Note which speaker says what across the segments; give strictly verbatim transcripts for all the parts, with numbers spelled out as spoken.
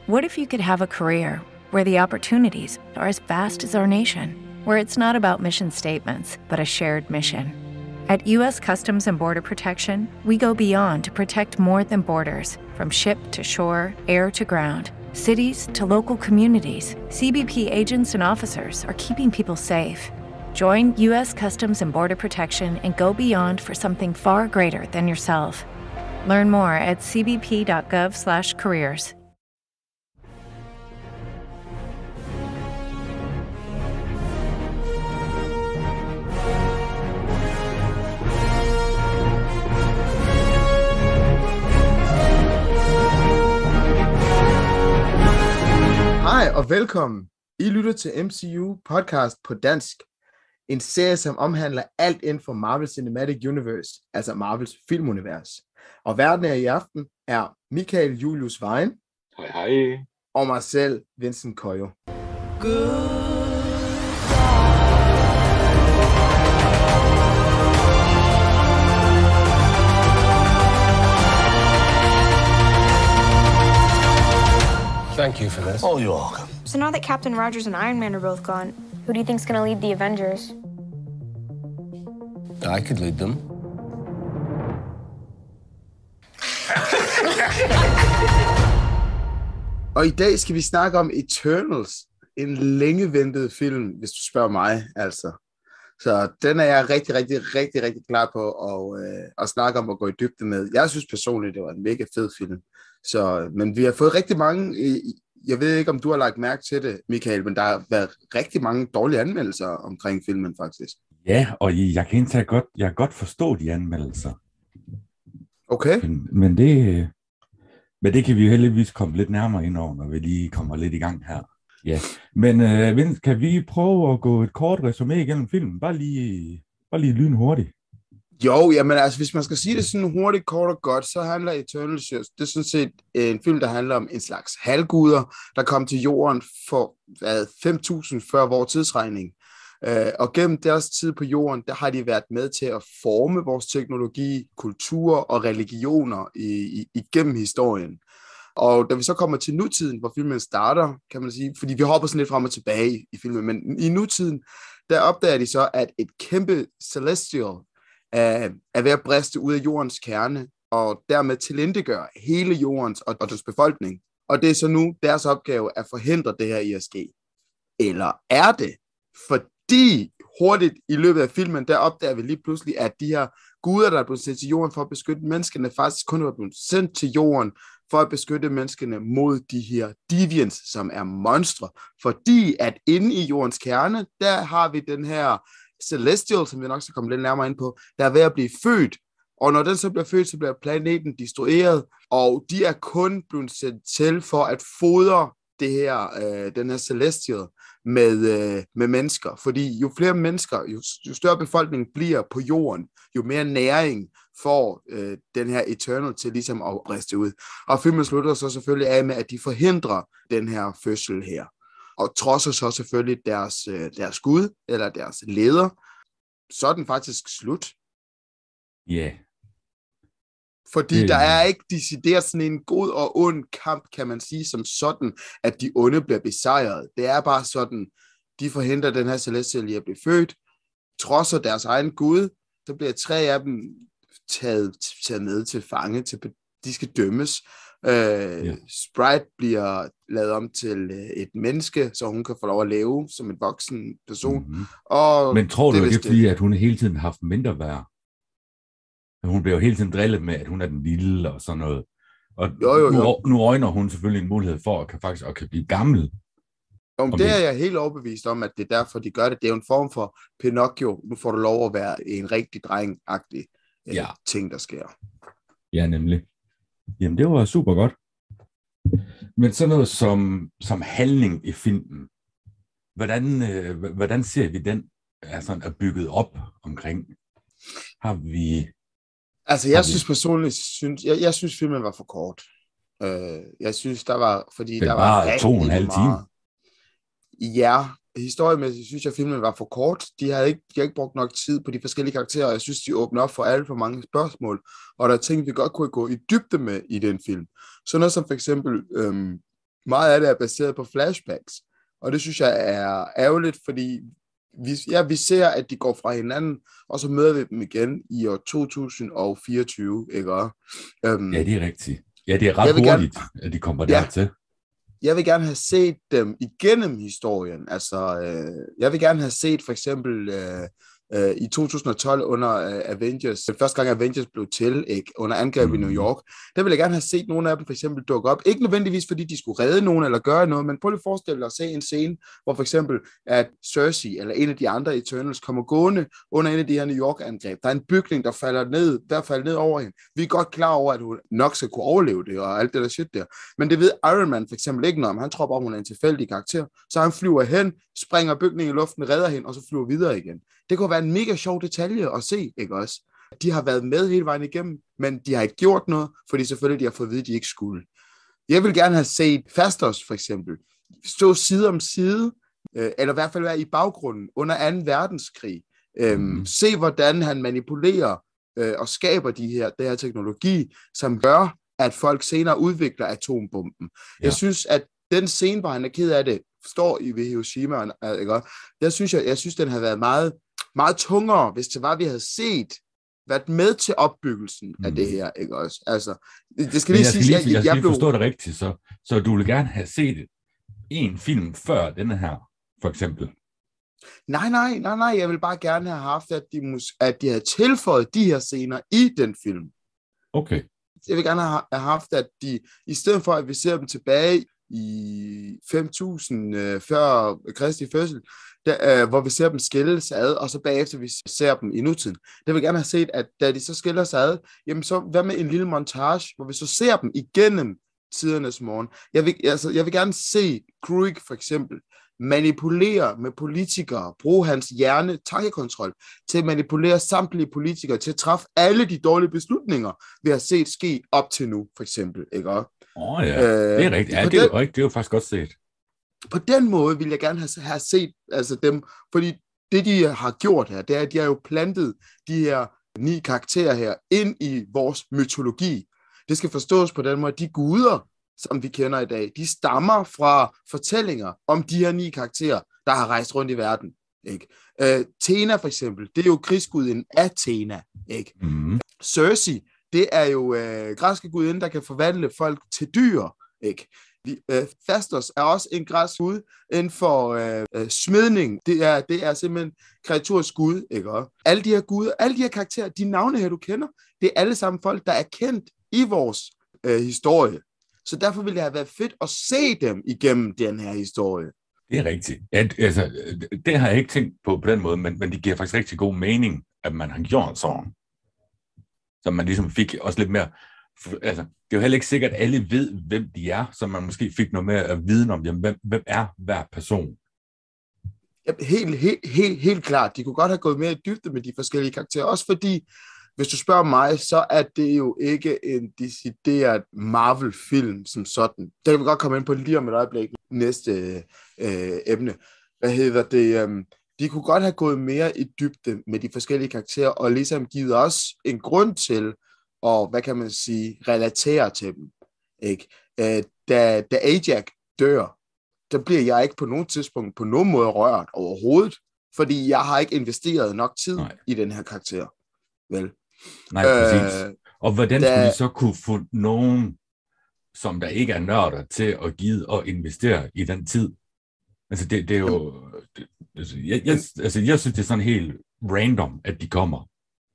Speaker 1: What if you could have a career where the opportunities are as vast as our nation, where it's not about mission statements, but a shared mission? At U S Customs and Border Protection, we go beyond to protect more than borders, from ship to shore, air to ground, cities to local communities. C B P agents and officers are keeping people safe. Join U S Customs and Border Protection and go beyond for something far greater than yourself. Learn more at c b p dot gov slash careers.
Speaker 2: Hej og velkommen. I lytter til M C U podcast på dansk. En serie, som omhandler alt inden for Marvel Cinematic Universe, altså Marvels filmunivers. Og verden her i aften er Michael Julius Wein.
Speaker 3: Hej hej.
Speaker 2: Og mig selv, Vincent Koyo.
Speaker 4: Thank you for this.
Speaker 5: Oh, you're welcome.
Speaker 6: So now that Captain Rogers and Iron Man are both gone, who do you think's gonna lead the Avengers?
Speaker 4: I could lead them.
Speaker 2: Og i dag skal vi snakke om Eternals. En længeventet film, hvis du spørger mig, altså. Så den er jeg rigtig, rigtig, rigtig, rigtig klar på at, øh, at snakke om og gå i dybde med. Jeg synes personligt, det var en mega fed film. Så, men vi har fået rigtig mange, jeg ved ikke, om du har lagt mærke til det, Michael, men der har været rigtig mange dårlige anmeldelser omkring filmen, faktisk.
Speaker 7: Ja, og jeg kan indtage godt, jeg kan godt forstå de anmeldelser.
Speaker 2: Okay.
Speaker 7: Men, men, det, men det kan vi jo heldigvis komme lidt nærmere ind over, når vi lige kommer lidt i gang her. Ja, men øh, Vince, kan vi prøve at gå et kort resumé igennem filmen? Bare lige, bare lige lyn hurtigt.
Speaker 2: Jo, jamen altså, hvis man skal sige det sådan hurtigt, kort og godt, så handler Eternals, det er sådan set en film, der handler om en slags halvguder, der kom til jorden for hvad, fem tusind før vores tidsregning. Uh, og gennem deres tid på jorden, der har de været med til at forme vores teknologi, kultur og religioner i, i, igennem historien. Og da vi så kommer til nutiden, hvor filmen starter, kan man sige, fordi vi hopper sådan lidt frem og tilbage i, i filmen, men i nutiden, der opdager de så, at et kæmpe celestial er, er ved at briste ud af jordens kerne, og dermed tilintetgøre hele jordens og, og dens befolkning. Og det er så nu deres opgave at forhindre det her i at ske. Eller er det? Fordi hurtigt i løbet af filmen, der opdager vi lige pludselig, at de her guder, der er blevet sendt til jorden for at beskytte menneskene, faktisk kun er blevet sendt til jorden for at beskytte menneskene mod de her deviants, som er monstre. Fordi at inde i jordens kerne, der har vi den her Celestial, som vi nok skal komme lidt nærmere ind på, der er ved at blive født. Og når den så bliver født, så bliver planeten destrueret, og de er kun blevet sendt til for at fodre det her, øh, den her Celestial med, øh, med mennesker. Fordi jo flere mennesker, jo, jo større befolkningen bliver på jorden, jo mere næring får øh, den her Eternal til ligesom at briste ud. Og filmen slutter så selvfølgelig af med, at de forhindrer den her fødsel her. Og trodser så selvfølgelig deres, deres gud, eller deres leder, så er den faktisk slut.
Speaker 7: Ja. Yeah.
Speaker 2: Fordi yeah. der er ikke decideret sådan en god og ond kamp, kan man sige, som sådan, at de onde bliver besejret. Det er bare sådan, de forhindrer den her Celestial i at blive født, trodser deres egen gud, så bliver tre af dem taget, taget med til fange, til, de skal dømmes. Øh, yeah. Sprite bliver lavet om til et menneske, så hun kan få lov at leve som en voksen person.
Speaker 7: Mm-hmm.
Speaker 2: Og
Speaker 7: men tror du
Speaker 2: det,
Speaker 7: ikke,
Speaker 2: det
Speaker 7: fordi at hun hele tiden har haft mindre værd? Hun bliver jo hele tiden drillet med, at hun er den lille og sådan noget. Og
Speaker 2: jo, jo, jo.
Speaker 7: Nu, nu øjner hun selvfølgelig en mulighed for at kan faktisk at kan blive gammel.
Speaker 2: Om det er jeg helt overbevist om, at det er derfor, de gør det. Det er jo en form for Pinocchio. Nu får du lov at være en rigtig dreng-agtig ja. ting, der sker.
Speaker 7: Ja, nemlig. Jamen, det var super godt. Men sådan noget som, som handling i filmen, hvordan, øh, hvordan ser vi den er, sådan, er bygget op omkring? Har vi...
Speaker 2: Altså, jeg synes personligt, synes, jeg, jeg synes, filmen var for kort. Øh, jeg synes, der var... Fordi
Speaker 7: det
Speaker 2: der
Speaker 7: var
Speaker 2: var
Speaker 7: to og en halv time.
Speaker 2: Ja, historiemæssigt synes jeg, at filmen var for kort. De havde ikke, de havde ikke brugt nok tid på de forskellige karakterer, og jeg synes, de åbner op for alt for mange spørgsmål. Og der er ting, vi godt kunne gå i dybde med i den film. Så noget som for eksempel, øhm, meget af det er baseret på flashbacks. Og det synes jeg er ærgerligt, fordi vi, ja, vi ser, at de går fra hinanden, og så møder vi dem igen i år to tusind og fireogtyve, ikke? Um,
Speaker 7: ja, det er rigtigt. Ja, det er ret hurtigt, gerne, at de kommer
Speaker 2: ja,
Speaker 7: dertil.
Speaker 2: Jeg vil gerne have set dem igennem historien. Altså, øh, jeg vil gerne have set for eksempel øh, øh, i to tusind og tolv under øh, Avengers, den første gang Avengers blev til, ikke, under angreb mm. i New York, der vil jeg gerne have set nogle af dem for eksempel dukke op. Ikke nødvendigvis, fordi de skulle redde nogen eller gøre noget, men prøv lige at forestille dig at se en scene, hvor for eksempel at Cersei eller en af de andre Eternals kommer gående under en af de her New York-angreb. Der er en bygning, der falder ned, der falder ned over hende. Vi er godt klar over, at hun nok skal kunne overleve det og alt det der shit der. Men det ved Iron Man for eksempel ikke noget om. Han tror bare, hun er en tilfældig karakter. Så han flyver hen, springer bygningen i luften, redder hende, og så flyver videre igen. Det kunne være en mega sjov detalje at se, ikke også? De har været med hele vejen igennem, men de har ikke gjort noget, fordi selvfølgelig de har fået at vide, at de ikke skulle. Jeg vil gerne have set Fastos for eksempel stå side om side, øh, eller i hvert fald være i baggrunden under anden verdenskrig. Øh, mm. Se, hvordan han manipulerer øh, og skaber de her, det her teknologi, som gør, at folk senere udvikler atombomben. Ja. Jeg synes, at den scene, hvor han er ked af det, står i ved Hiroshima, ikke? Der synes jeg, jeg synes, den har været meget, meget tungere, hvis det var, vi havde set, været med til opbyggelsen mm. af det her, ikke også? Altså, det skal lige sige,
Speaker 7: jeg,
Speaker 2: jeg, jeg,
Speaker 7: jeg, jeg
Speaker 2: jeg blev...
Speaker 7: forstår det rigtigt, så, så du vil gerne have set en film før denne her, for eksempel?
Speaker 2: Nej, nej, nej, nej, jeg vil bare gerne have haft, at de, mus, at de havde tilføjet de her scener i den film.
Speaker 7: Okay.
Speaker 2: Jeg vil gerne have haft, at de, i stedet for, at vi ser dem tilbage i fem tusind øh, før Kristi fødsel, der, øh, hvor vi ser dem skille sig ad, og så bagefter vi ser dem i nutiden. Det vil gerne have set, at da de så skiller sig ad, jamen så hvad med en lille montage, hvor vi så ser dem igennem tidernes morgen. Jeg vil, altså, jeg vil gerne se Kruik for eksempel manipulere med politikere, bruge hans hjerne, tankekontrol, til at manipulere samtlige politikere, til at træffe alle de dårlige beslutninger, vi har set ske op til nu, for eksempel, ikke?
Speaker 7: Åh oh, ja, øh, det er rigtigt. Ja, det er, den, det er jo faktisk godt set.
Speaker 2: På den måde vil jeg gerne have, have set altså dem, fordi det, de har gjort her, det er, at de har jo plantet de her ni karakterer her ind i vores mytologi. Det skal forstås på den måde, de guder, som vi kender i dag, de stammer fra fortællinger om de her ni karakterer, der har rejst rundt i verden. Ikke? Øh, Athena for eksempel, det er jo krigsguden Athena. Ikke? Mm. Cersei, det er jo øh, græske gudinde, der kan forvandle folk til dyr. Ikke? Vi, øh, Fastos er også en græsk gud inden for øh, øh, smedning. Det er, det er simpelthen kreaturs gud. Ikke? Alle de her guder, alle de her karakterer, de navne her, du kender, det er alle sammen folk, der er kendt i vores øh, historie. Så derfor ville det have været fedt at se dem igennem den her historie.
Speaker 7: Det er rigtigt. Ja, altså, det har jeg ikke tænkt på på den måde, men, men det giver faktisk rigtig god mening, at man har gjort sådan. Så man ligesom fik også lidt mere... Altså, det er jo heller ikke sikkert, at alle ved, hvem de er, så man måske fik noget mere at vide om, jamen, hvem, hvem er hver person.
Speaker 2: Ja, helt, helt, helt, helt klart. De kunne godt have gået mere i dybde med de forskellige karakterer, også fordi... Hvis du spørger mig, så er det jo ikke en decideret Marvel-film som sådan. Det kan vi godt komme ind på lige om et øjeblik. Næste øh, emne. Hvad hedder det? Um, de kunne godt have gået mere i dybde med de forskellige karakterer, og ligesom givet os en grund til at, hvad kan man sige, relatere til dem. Ikke? Øh, da, da Ajak dør, der bliver jeg ikke på nogen tidspunkt på nogen måde rørt overhovedet, fordi jeg har ikke investeret nok tid Nej. i den her karakter. Vel?
Speaker 7: Nej, præcis. Øh, og hvordan da... skulle vi så kunne få nogen, som der ikke er nørder, til at give og investere i den tid? Altså, det, det er jo... Det, altså, jeg, jeg, altså, jeg synes, det er sådan helt random, at de kommer.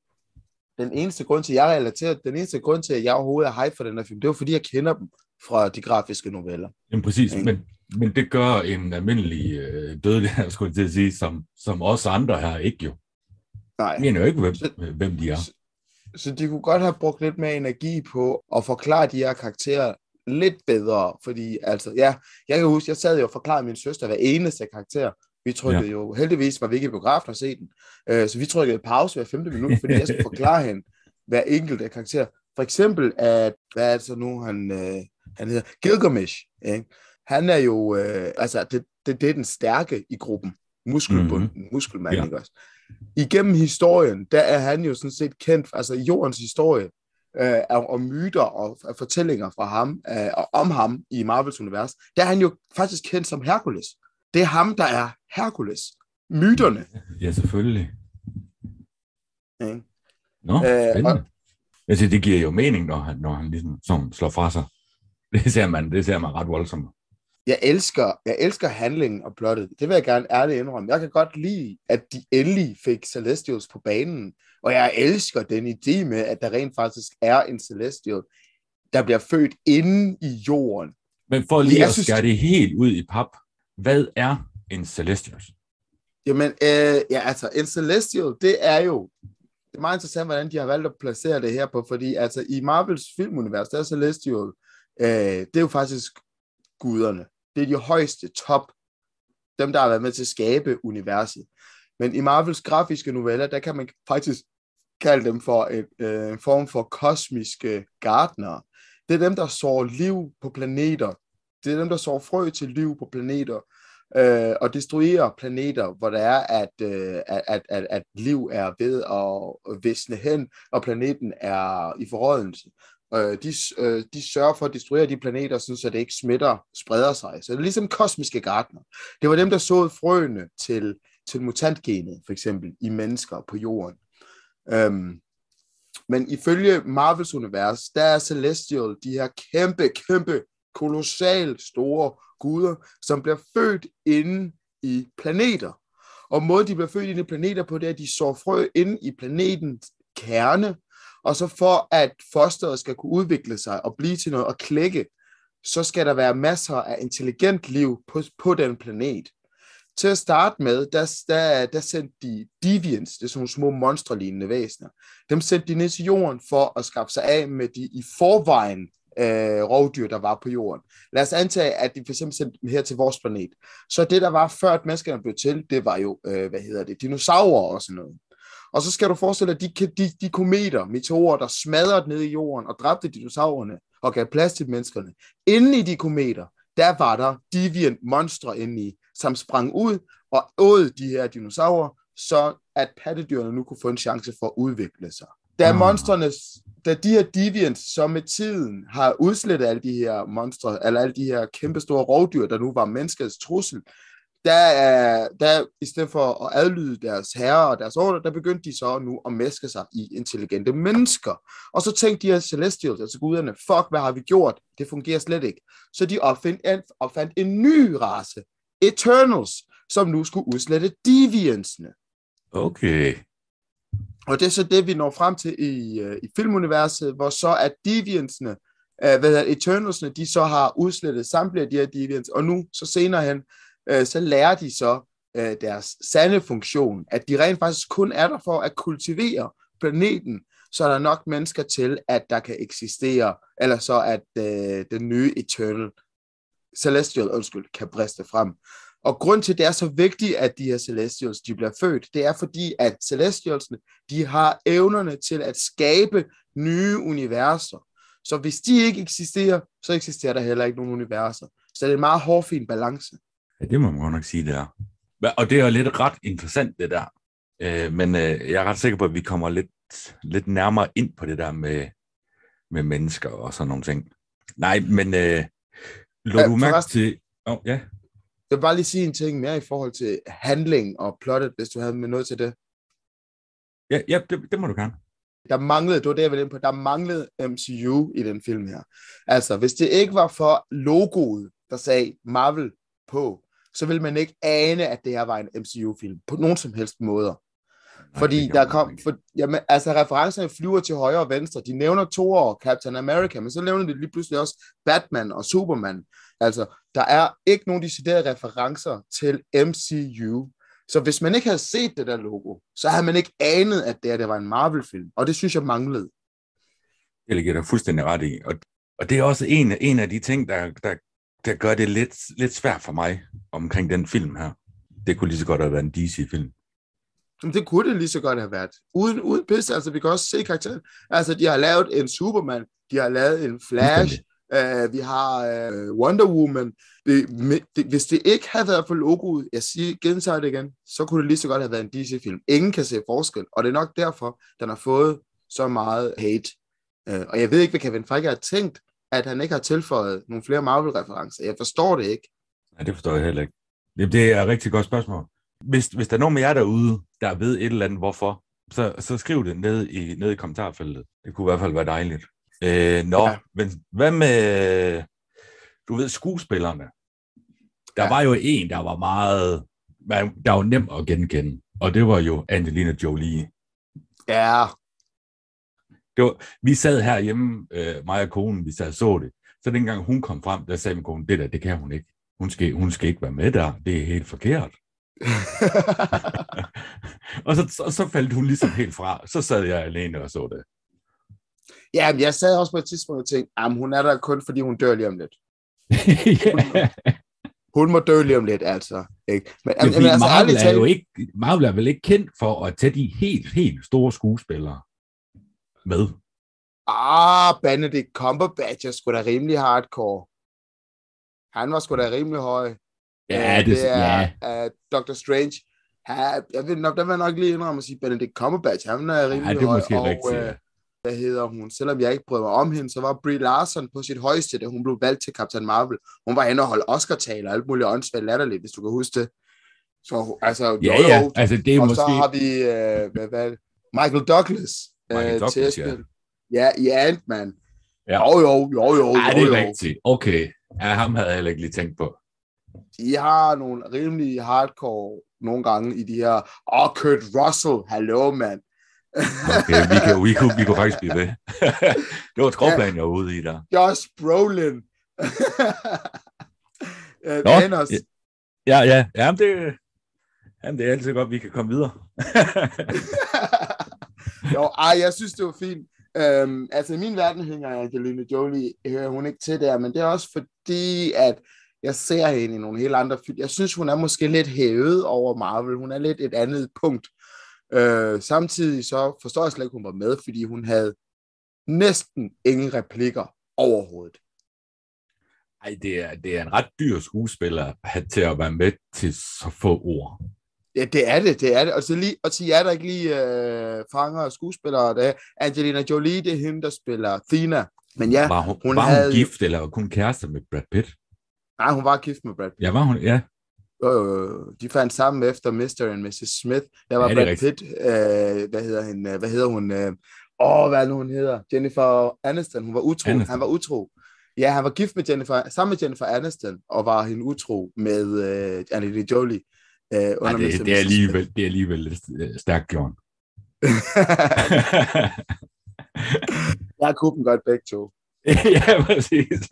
Speaker 2: Den eneste grund til, at jeg relaterer, den eneste grund til, at jeg overhovedet er hype for den her film, det er fordi, jeg kender dem fra de grafiske noveller.
Speaker 7: Jamen præcis, men, men det gør en almindelig øh, dødelig, jeg skulle til at sige, som, som os andre her ikke jo. Nej. Jeg mener jo ikke, hvem, så, hvem de er.
Speaker 2: Så, så de kunne godt have brugt lidt mere energi på at forklare de her karakterer lidt bedre, fordi altså, ja, jeg kan huske, jeg sad jo og forklarede min søster hver eneste karakter. Vi trykkede ja. jo, heldigvis var vi ikke i biografen at se den, uh, så vi trykkede pause hver femte minut, fordi jeg skulle forklare hende hver enkelt karakter. For eksempel, at, hvad er det så nu, han, uh, han hedder Gilgamesh, ikke? Han er jo, uh, altså, det, det, det er den stærke i gruppen, muskelbunden, mm-hmm. muskelmand, ja. ikke også? Igennem historien, der er han jo sådan set kendt, altså i jordens historie, øh, og, og myter og, og fortællinger fra ham, øh, og om ham i Marvels univers, der er han jo faktisk kendt som Hercules. Det er ham, der er Hercules. Myterne.
Speaker 7: Ja, selvfølgelig.
Speaker 2: Ja.
Speaker 7: Nå,
Speaker 2: Øh,
Speaker 7: spændende.
Speaker 2: og-
Speaker 7: Altså, det giver jo mening, når han, når han ligesom sådan slår fra sig. Det ser man, det ser man ret voldsomt.
Speaker 2: Jeg elsker, jeg elsker handlingen og plottet. Det vil jeg gerne ærligt indrømme. Jeg kan godt lide, at de endelig fik Celestials på banen. Og jeg elsker den idé med, at der rent faktisk er en Celestial, der bliver født inde i jorden.
Speaker 7: Men for lige
Speaker 2: Jeg
Speaker 7: at
Speaker 2: synes-
Speaker 7: skære det helt ud i pap, hvad er en Celestials?
Speaker 2: Jamen, øh, ja, altså, en Celestial, det er jo... Det er meget interessant, hvordan de har valgt at placere det her på, fordi altså, i Marvels filmunivers, der er Celestial, øh, det er jo faktisk guderne. Det er de højeste top, dem der har været med til at skabe universet. Men i Marvels grafiske noveller, der kan man faktisk kalde dem for en øh, form for kosmiske gartnere. Det er dem, der sår liv på planeter. Det er dem, der sår frø til liv på planeter, øh, og destruerer planeter, hvor der er, at, øh, at, at, at liv er ved at visne hen, og planeten er i forrådelse. Øh, de, øh, de sørger for at destruere de planeter, så det ikke smitter, spreder sig. Så det er ligesom kosmiske gartner. Det var dem, der såede frøene til, til mutantgenet, for eksempel, i mennesker på jorden. Øhm, men ifølge Marvels univers, der er Celestial de her kæmpe, kæmpe, kolossalt store guder, som bliver født inde i planeter. Og måden, de bliver født inde i planeter på, det er, at de sår frø inde i planetens kerne, og så for at fosteret skal kunne udvikle sig og blive til noget og klække, så skal der være masser af intelligent liv på, på den planet. Til at starte med, der, der, der sendte de Deviants, det er sådan nogle små monsterlignende væsener, dem sendte de ned til jorden for at skaffe sig af med de i forvejen øh, rovdyr, der var på jorden. Lad os antage, at de for eksempel sendte dem her til vores planet. Så det, der var før, at menneskerne blev til, det var jo, øh, hvad hedder det, dinosaurer og sådan noget. Og så skal du forestille dig, at de, de, de kometer, meteorer, der smadrede ned i jorden og dræbte dinosaurerne og gav plads til menneskerne. Inde i de kometer, der var der deviant monstre inde i, som sprang ud og åd de her dinosaurer, så at pattedyrene nu kunne få en chance for at udvikle sig. Da
Speaker 7: Ah.
Speaker 2: monstrene, da de her deviants, som med tiden har udslettet alle de her monstre, eller alle de her kæmpestore rovdyr, der nu var menneskets trussel, der, der i stedet for at adlyde deres herrer og deres ordre, der begyndte de så nu at mæske sig i intelligente mennesker. Og så tænkte de her Celestials, altså guderne, fuck, hvad har vi gjort? Det fungerer slet ikke. Så de opfandt en, opfandt en ny race, Eternals, som nu skulle udslette Deviantsene.
Speaker 7: Okay.
Speaker 2: Og det er så det, vi når frem til i, uh, i filmuniverset, hvor så at Deviantsene, uh, hvad hedder Eternalsene, de så har udslettet samtlige af de her Deviants, og nu så senere hen, uh, så lærer de så uh, deres sande funktion, at de rent faktisk kun er der for at kultivere planeten, så er der nok mennesker til, at der kan eksistere, eller så at uh, den nye Eternal Celestial, undskyld, kan briste frem. Og grund til, at det er så vigtigt, at de her Celestials, de bliver født, det er fordi, at Celestialsene, de har evnerne til at skabe nye universer. Så hvis de ikke eksisterer, så eksisterer der heller ikke nogen universer. Så det er en meget hårfin balance.
Speaker 7: Ja, det må man godt nok sige, det er. Og det er jo lidt ret interessant, det der. Øh, men øh, jeg er ret sikker på, at vi kommer lidt, lidt nærmere ind på det der med, med mennesker og sådan nogle ting. Nej, men øh, lå
Speaker 2: Ja,
Speaker 7: du mærke
Speaker 2: forresten-
Speaker 7: til... Oh, ja.
Speaker 2: Jeg vil bare lige sige en ting mere i forhold til handling og plottet, hvis du havde med noget til det.
Speaker 7: Ja, ja det, det må du gerne.
Speaker 2: Der manglede, det var det, jeg ville ind på, der manglede M C U i den film her. Altså, hvis det ikke var for logoet, der sagde Marvel på, så ville man ikke ane, at det her var en M C U-film, på nogen som helst måder.
Speaker 7: Nej,
Speaker 2: Fordi
Speaker 7: det gør
Speaker 2: der
Speaker 7: man
Speaker 2: kom,
Speaker 7: ikke.
Speaker 2: for, jamen, altså referencerne flyver til højre og venstre. De nævner Thor og Captain America, men så nævner de lige pludselig også Batman og Superman. Altså, der er ikke nogen deciderede referencer til M C U. Så hvis man ikke havde set det der logo, så havde man ikke anet, at det, her, det var en Marvel-film. Og det synes jeg manglede.
Speaker 7: Det ligger der fuldstændig ret i. Og, og det er også en, en af de ting, der, der, der gør det lidt, lidt svært for mig omkring den film her. Det kunne lige så godt have været en D C-film.
Speaker 2: Men det kunne det lige så godt have været. Uden, uden pisse, altså vi kan også se karakteren. Altså de har lavet en Superman, de har lavet en Flash, uh, vi har uh, Wonder Woman. Det, det, hvis det ikke havde været for logoet, jeg siger, gentager det igen, så kunne det lige så godt have været en D C-film. Ingen kan se forskel, og det er nok derfor, den har fået så meget hate. Øh, og jeg ved ikke, hvad Kevin Feige har tænkt, at han ikke har tilføjet nogle flere Marvel-referencer. Jeg forstår det ikke.
Speaker 7: Nej, det forstår jeg heller ikke. Jamen, det er et rigtig godt spørgsmål. Hvis, hvis der er nogen med jer derude, der ved et eller andet hvorfor, så, så skriv det ned i, ned i kommentarfeltet. Det kunne i hvert fald være dejligt. Øh, nå, ja. Men hvad med, du ved, skuespillerne? Der ja. var jo en, der var meget, der var nem at genkende, og det var jo Angelina Jolie.
Speaker 2: Ja.
Speaker 7: Det var, vi sad herhjemme, øh, mig og konen, vi sad og så det. Så dengang hun kom frem, der sagde min kone, det der, det kan hun ikke. Hun skal, hun skal ikke være med der. Det er helt forkert. og så, så, så faldt hun ligesom helt fra. Så sad jeg alene og så det.
Speaker 2: Ja, men jeg sad også på et tidspunkt og tænkte, at hun er der kun, fordi hun dør lige om lidt.
Speaker 7: yeah.
Speaker 2: hun, hun må dø lige om lidt, altså. Ikke? Men,
Speaker 7: men, men altså, Marvel, er
Speaker 2: talt...
Speaker 7: jo ikke, Marvel er vel ikke kendt for at tage de helt, helt store skuespillere med?
Speaker 2: Ah, Benedict Cumberbatch er sgu da rimelig hardcore. Han var sgu da rimelig høj.
Speaker 7: Ja, det, det er
Speaker 2: ja. uh, doctor Strange. Ha, jeg ved nok, der vil jeg nok lige indrømme at sige, Benedict Cumberbatch, han er rimelig høj.
Speaker 7: Ja, det er måske
Speaker 2: og,
Speaker 7: rigtigt.
Speaker 2: Uh, hvad hedder hun? Selvom jeg ikke prøvede mig om hende, så var Brie Larson på sit højeste, da hun blev valgt til Captain Marvel. Hun var inde og holde Oscar-taler og alt muligt åndssvagt latterligt, hvis du kan huske det. Så altså,
Speaker 7: ja,
Speaker 2: jo,
Speaker 7: ja.
Speaker 2: Jo,
Speaker 7: altså, det er
Speaker 2: og
Speaker 7: måske...
Speaker 2: så har vi uh, hvad, hvad, Michael Douglas.
Speaker 7: Michael
Speaker 2: uh,
Speaker 7: Douglas,
Speaker 2: til
Speaker 7: ja.
Speaker 2: Ja, i Ant-Man.
Speaker 7: Ja.
Speaker 2: Jo, jo, jo, jo.
Speaker 7: Ja, det er
Speaker 2: jo,
Speaker 7: rigtigt. Okay. Ja, ham havde jeg heller ikke lige tænkt på.
Speaker 2: De har nogle rimelig hardcore nogle gange i de her, åh, oh, Kurt Russell, hallo, mand.
Speaker 7: Okay, vi kan, vi kunne, vi kunne faktisk blive ved. Det var et skråplan, ja. Jeg var ude i der.
Speaker 2: Josh Brolin.
Speaker 7: Nå, Thanos. Ja, ja, ja, men det, jamen, det er altid godt, vi kan komme videre.
Speaker 2: Jo, ej, jeg synes, det var fint. Øhm, altså, i min verden hænger Angelina Jolie, hører hun ikke til der, men det er også fordi, at jeg ser hende i nogle helt andre film. Jeg synes, hun er måske lidt hævet over Marvel. Hun er lidt et andet punkt. Øh, samtidig så forstår jeg slet ikke, hun var med, fordi hun havde næsten ingen replikker overhovedet.
Speaker 7: Ej, det er, det er en ret dyr skuespiller at have til at være med til så få ord.
Speaker 2: Ja, det er det, det er det. Og så, lige, og til jer, der ikke lige øh, fanger skuespillere, det er Angelina Jolie, det er hende, der spiller Thena. Men ja,
Speaker 7: var hun,
Speaker 2: hun
Speaker 7: var
Speaker 2: havde...
Speaker 7: hun gift, eller var kun kærester med Brad Pitt?
Speaker 2: Nej, hun var gift med Brad Pitt.
Speaker 7: Ja, var hun, ja.
Speaker 2: Øh, de fandt sammen efter mister og missus Smith. Der var ja, Brad Pitt, øh, hvad hedder hende, hvad hedder hun, øh, åh, hvad er nu hun hedder? Jennifer Aniston, hun var utro, Aniston. Han var utro. Ja, han var gift med Jennifer, sammen med Jennifer Aniston, og var hende utro med øh, Angelina Jolie. Øh,
Speaker 7: Ej, det, det, er alligevel, det er alligevel lidt stærkt gjort.
Speaker 2: Jeg kunne dem godt begge to.
Speaker 7: Ja, præcis.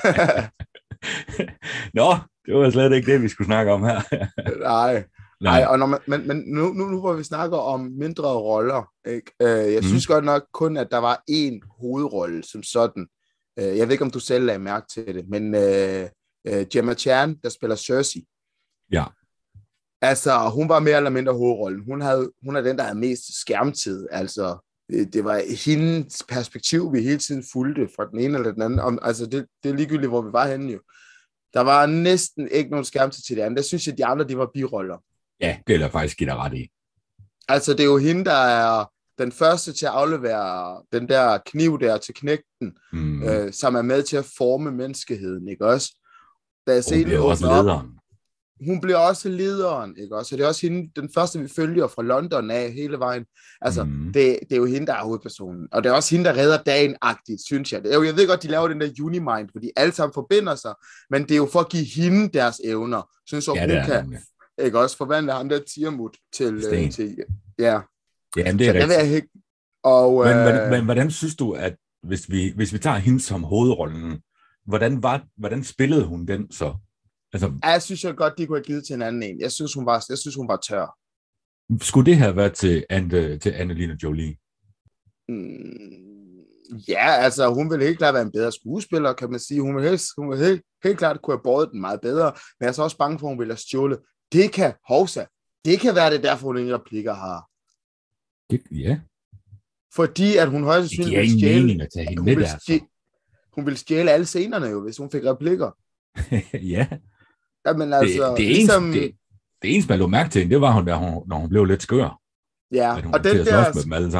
Speaker 7: Nå, det var slet ikke det, vi skulle snakke om her.
Speaker 2: Nej. Nej, og når man, men, men nu, nu, nu hvor vi snakker om mindre roller, ikke? Øh, jeg mm. synes godt nok kun, at der var én hovedrolle som sådan. Øh, jeg ved ikke, om du selv lagde mærke til det, men øh, øh, Gemma Chan, der spiller Cersei.
Speaker 7: Ja.
Speaker 2: Altså, hun var mere eller mindre hovedrollen. Hun, havde, hun er den, der havde mest skærmtid. Altså, det var hendes perspektiv, vi hele tiden fulgte fra den ene eller den anden. Om, altså, det, det er ligegyldigt, hvor vi var henne jo. Der var næsten ikke nogen skærmtid til det andet. Der synes jeg, at de andre, de var biroller.
Speaker 7: Ja, det er der faktisk give dig ret i.
Speaker 2: Altså, det er jo hende, der er den første til at aflevere den der kniv der til knægten, mm. øh, som er med til at forme menneskeheden, ikke også? Da
Speaker 7: hun bliver også lederen. Op,
Speaker 2: hun bliver også lederen, ikke også? Så det er også hende, den første, vi følger fra London af hele vejen. Altså, mm. det, det er jo hende, der er hovedpersonen. Og det er også hende, der redder dagen-agtigt, synes jeg. Jeg ved godt, de laver den der Unimind, fordi alle sammen forbinder sig, men det er jo for at give hende deres evner. Synes jeg, ja, hun kan nemlig. Ikke også forvandle ham der Tiamut til... Øh, til ja.
Speaker 7: Ja, det er
Speaker 2: så
Speaker 7: rigtigt.
Speaker 2: Jeg og,
Speaker 7: men,
Speaker 2: øh...
Speaker 7: men, men hvordan synes du, at hvis vi, hvis vi tager hende som hovedrollen, hvordan, var, hvordan spillede hun den så? Altså,
Speaker 2: jeg synes jeg godt, de kunne have givet til en anden en. Jeg synes, hun var, jeg synes, hun var tør.
Speaker 7: Skulle det have været til, Ante, til Angelina Jolie?
Speaker 2: Mm, ja, altså hun ville helt klart være en bedre skuespiller, kan man sige. Hun ville helt, hun ville helt, helt klart kunne have båret den meget bedre, men jeg er så også bange for, at hun ville have stjålet. Det kan hovsa. Det kan være det, derfor hun ingen replikker har.
Speaker 7: Det, ja.
Speaker 2: Fordi at hun højst
Speaker 7: sandsynligt ville stjæle... mening at tage hende
Speaker 2: hun,
Speaker 7: med
Speaker 2: ville
Speaker 7: der,
Speaker 2: stjæle, hun ville stjæle alle scenerne jo, hvis hun fik replikker.
Speaker 7: Ja.
Speaker 2: Jamen altså,
Speaker 7: det, det,
Speaker 2: ligesom...
Speaker 7: eneste, det, det eneste, man lå mærke til hende, det var hun, da hun, når hun blev lidt skør.
Speaker 2: Ja,
Speaker 7: at hun
Speaker 2: og den
Speaker 7: der... med dem alle sammen.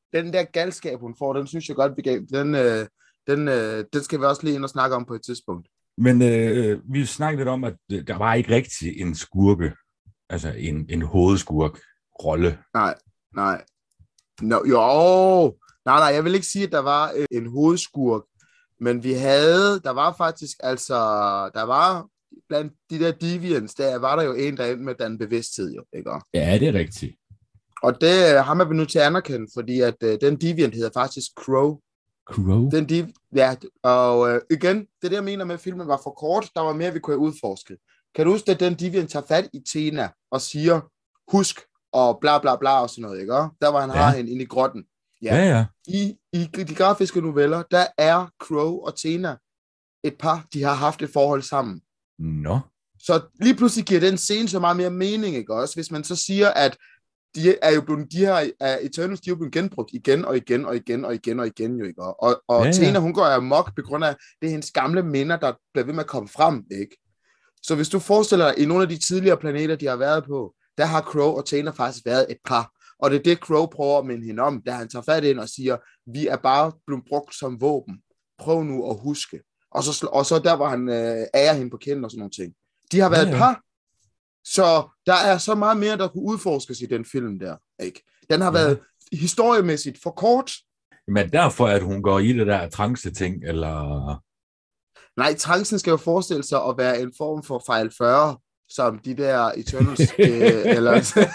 Speaker 2: den der galskab, hun får, den synes jeg godt, vi gav. Den, øh, den, øh, den skal vi også lige ind og snakke om på et tidspunkt.
Speaker 7: Men øh, vi snakkede lidt om, at der var ikke rigtig en skurke, altså en, en hovedskurk-rolle.
Speaker 2: Nej, nej. No, jo, nej, nej, jeg vil ikke sige, at der var en hovedskurk, men vi havde, der var faktisk, altså, der var blandt de der deviants, der var der jo en, der endte med den bevidsthed, jo, ikke?
Speaker 7: Ja, det er rigtigt.
Speaker 2: Og det har man nødt til at anerkende, fordi at uh, den deviant hedder faktisk Crow.
Speaker 7: Crow?
Speaker 2: Den div, ja, og uh, igen, det der jeg mener med, at filmen var for kort, der var mere, vi kunne have udforsket. Kan du huske, at den deviant tager fat i Tena og siger, husk, og bla bla bla og sådan noget, ikke? Der var han ja. har hende inde i grotten.
Speaker 7: Ja, ja. ja.
Speaker 2: I, I de grafiske noveller, der er Crow og Tena et par, de har haft et forhold sammen.
Speaker 7: Nå.
Speaker 2: Så lige pludselig giver den scene så meget mere mening, ikke også? Hvis man så siger, at de er jo blevet, de her uh, Eternals, de er jo blevet genbrugt igen og igen og igen og igen og igen, jo, ikke? Og, og ja, Tena, ja. hun går amok på grund af, det er hendes gamle minder, der bliver ved med at komme frem, ikke? Så hvis du forestiller dig, i nogle af de tidligere planeter, de har været på, der har Crow og Tena faktisk været et par. Og det er det, Crow prøver at minde hende om, da han tager fat ind og siger, vi er bare blevet brugt som våben. Prøv nu at huske. Og så, og så der, hvor han øh, ærer hende på kinden og sådan nogle ting. De har været ja, ja. et par. Så der er så meget mere, der kunne udforskes i den film der. Ikke? Den har ja. været historiemæssigt for kort.
Speaker 7: Men derfor, at hun går i det der trance-ting, eller...
Speaker 2: Nej, trancen skal jo forestille sig at være en form for fejl fyrre, som de der Eternals, øh, eller...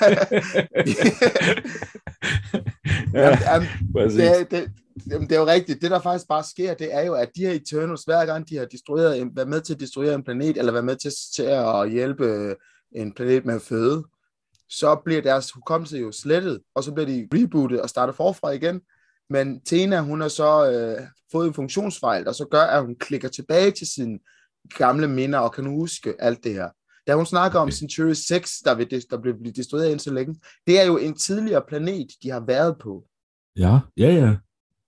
Speaker 7: ja,
Speaker 2: jamen, det, det, jamen, det er jo rigtigt. Det, der faktisk bare sker, det er jo, at de her Eternals, hver gang de har destrueret en, været med til at destruere en planet, eller været med til, til at hjælpe en planet med at føde, så bliver deres hukommelse jo slettet, og så bliver de rebootet og starter forfra igen. Men Tena, hun har så øh, fået en funktionsfejl, der så gør, at hun klikker tilbage til sine gamle minder, og kan nu huske alt det her. Da hun snakker okay. om Century seks, der, vil, der bliver blive destrueret ind så længe, det er jo en tidligere planet, de har været på.
Speaker 7: Ja, ja, ja.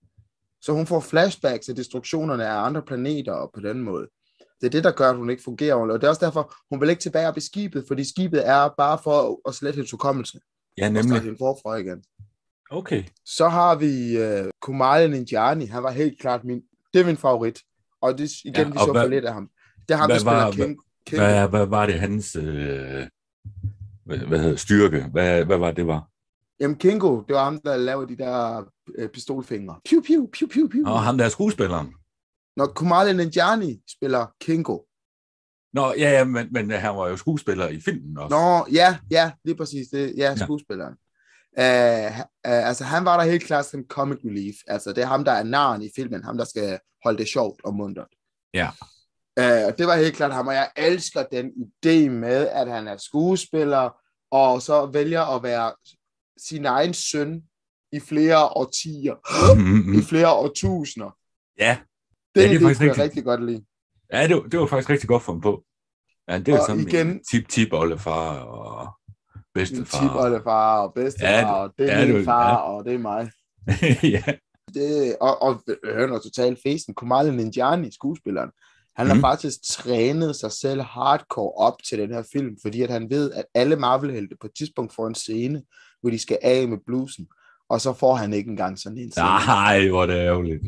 Speaker 2: Så hun får flashbacks til destruktionerne af andre planeter, og på den måde. Det er det, der gør, at hun ikke fungerer ordentligt. Og det er også derfor, hun vil ikke tilbage op i skibet, fordi skibet er bare for at slette hendes hukommelse.
Speaker 7: Ja, nemlig. Og starte
Speaker 2: hende forfra igen.
Speaker 7: Okay.
Speaker 2: Så har vi uh, Kumail Nanjiani. Han var helt klart min, det er min favorit. Og det igen, ja, vi så hvad, for lidt af ham. Det er ham, der spiller King. King.
Speaker 7: Hvad, hvad var det hans øh, hvad, hvad hedder, styrke? Hvad, hvad var det var?
Speaker 2: Jamen Kingo, det var ham, der lavede de der øh, pistolfingre. Piu, piu, piu, piu, piu.
Speaker 7: Og ham der er skuespilleren.
Speaker 2: Når Kumail Nanjiani spiller Kingo.
Speaker 7: Nå, ja, ja men, men han var jo skuespiller i filmen også.
Speaker 2: Nå, ja, ja, det er præcis det. Ja, skuespilleren. Ja. Uh, uh, altså, han var der helt klart som comic relief. Altså, det er ham, der er naren i filmen. Ham, der skal holde det sjovt og muntert.
Speaker 7: Ja.
Speaker 2: Uh, det var helt klart ham, og jeg elsker den idé med, at han er skuespiller, og så vælger at være sin egen søn i flere årtier, mm-hmm. i flere årtusinder.
Speaker 7: Ja.
Speaker 2: Den
Speaker 7: ja, det er
Speaker 2: idé
Speaker 7: faktisk
Speaker 2: kunne
Speaker 7: rigtig...
Speaker 2: jeg rigtig godt lide.
Speaker 7: Ja, det var, det var faktisk rigtig godt for ham på. Ja, det er
Speaker 2: og
Speaker 7: sådan
Speaker 2: igen,
Speaker 7: en tip-tip-oldefar og bedstefar.
Speaker 2: Tip-oldefar og bedstefar, ja, og det er ja, min far, ja. Og det er mig.
Speaker 7: ja.
Speaker 2: Det, og, og hør noget totalt festen. Kumail Nanjiani, skuespilleren, han mm. har faktisk trænet sig selv hardcore op til den her film, fordi at han ved, at alle Marvel-helte på et tidspunkt får en scene, hvor de skal af med blusen, og så får han ikke engang sådan en scene.
Speaker 7: Nej, hvor det er ærgerligt.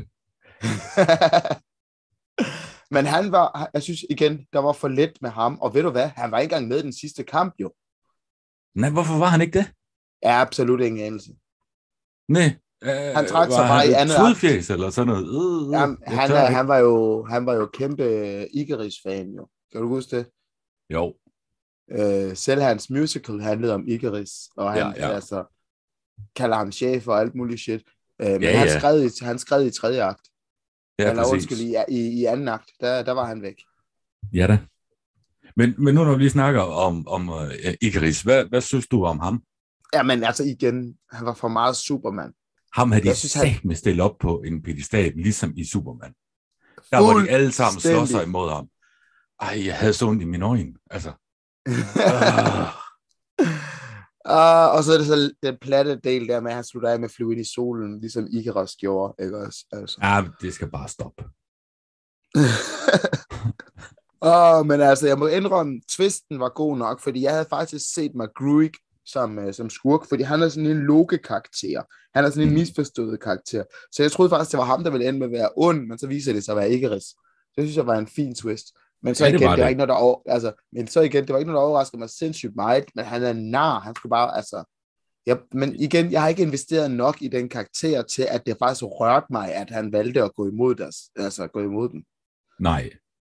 Speaker 2: Men han var, jeg synes igen, der var for let med ham, og ved du hvad, han var ikke engang med i den sidste kamp jo.
Speaker 7: Nej, hvorfor var han ikke det?
Speaker 2: Ja, absolut ingen anelse.
Speaker 7: Nej.
Speaker 2: Øh, han trak sig bare i andet
Speaker 7: akt. Eller sådan noget. Øh,
Speaker 2: Jamen, han, er, han, var jo, han var jo kæmpe Icarus-fan jo. Kan du huske det?
Speaker 7: Jo.
Speaker 2: Øh, selv hans musical handlede om Icarus, og han ja, ja. altså, kalder ham chef og alt muligt shit. Øh, men ja, han, ja. Skrev i, han skrev i tredje akt.
Speaker 7: Ja,
Speaker 2: Eller undskyld, i, i, i anden akt, der, der var han væk.
Speaker 7: Ja da. Men, men nu når vi lige snakker om, om uh, Icarus, hvad, hvad synes du om ham?
Speaker 2: Jamen altså igen, han var for meget Superman.
Speaker 7: Ham havde de sagt han... med stille op på en pedestal, ligesom i Superman. Der var de alle sammen slår sig imod ham. Ej, jeg havde så ondt i mine øjne. Altså. uh.
Speaker 2: Uh, og så er det så den platte del der med, at han slutter af med at flyve ind i solen, ligesom Icarus gjorde, ikke også? Altså.
Speaker 7: Ja, det skal bare stoppe.
Speaker 2: Åh, oh, men altså, jeg må indrømme, twisten var god nok, fordi jeg havde faktisk set McGruig som, øh, som skurk, fordi han er sådan en loke-karakter. Han er sådan en
Speaker 7: Mm.
Speaker 2: misforstået karakter. Så jeg troede faktisk, det var ham, der ville ende med at være ond, men så viser det sig at være Ikaris. Det synes jeg var en fin twist. Men så
Speaker 7: Ja, det
Speaker 2: igen,
Speaker 7: var
Speaker 2: det var
Speaker 7: det.
Speaker 2: ikke noget, der over, altså, men så igen, det var ikke noget, der overraskede mig sindssygt meget, men han er nar, han skulle bare, altså, ja, men igen, jeg har ikke investeret nok i den karakter til, at det faktisk rørte mig, at han valgte at gå imod deres, altså gå imod den.
Speaker 7: Nej.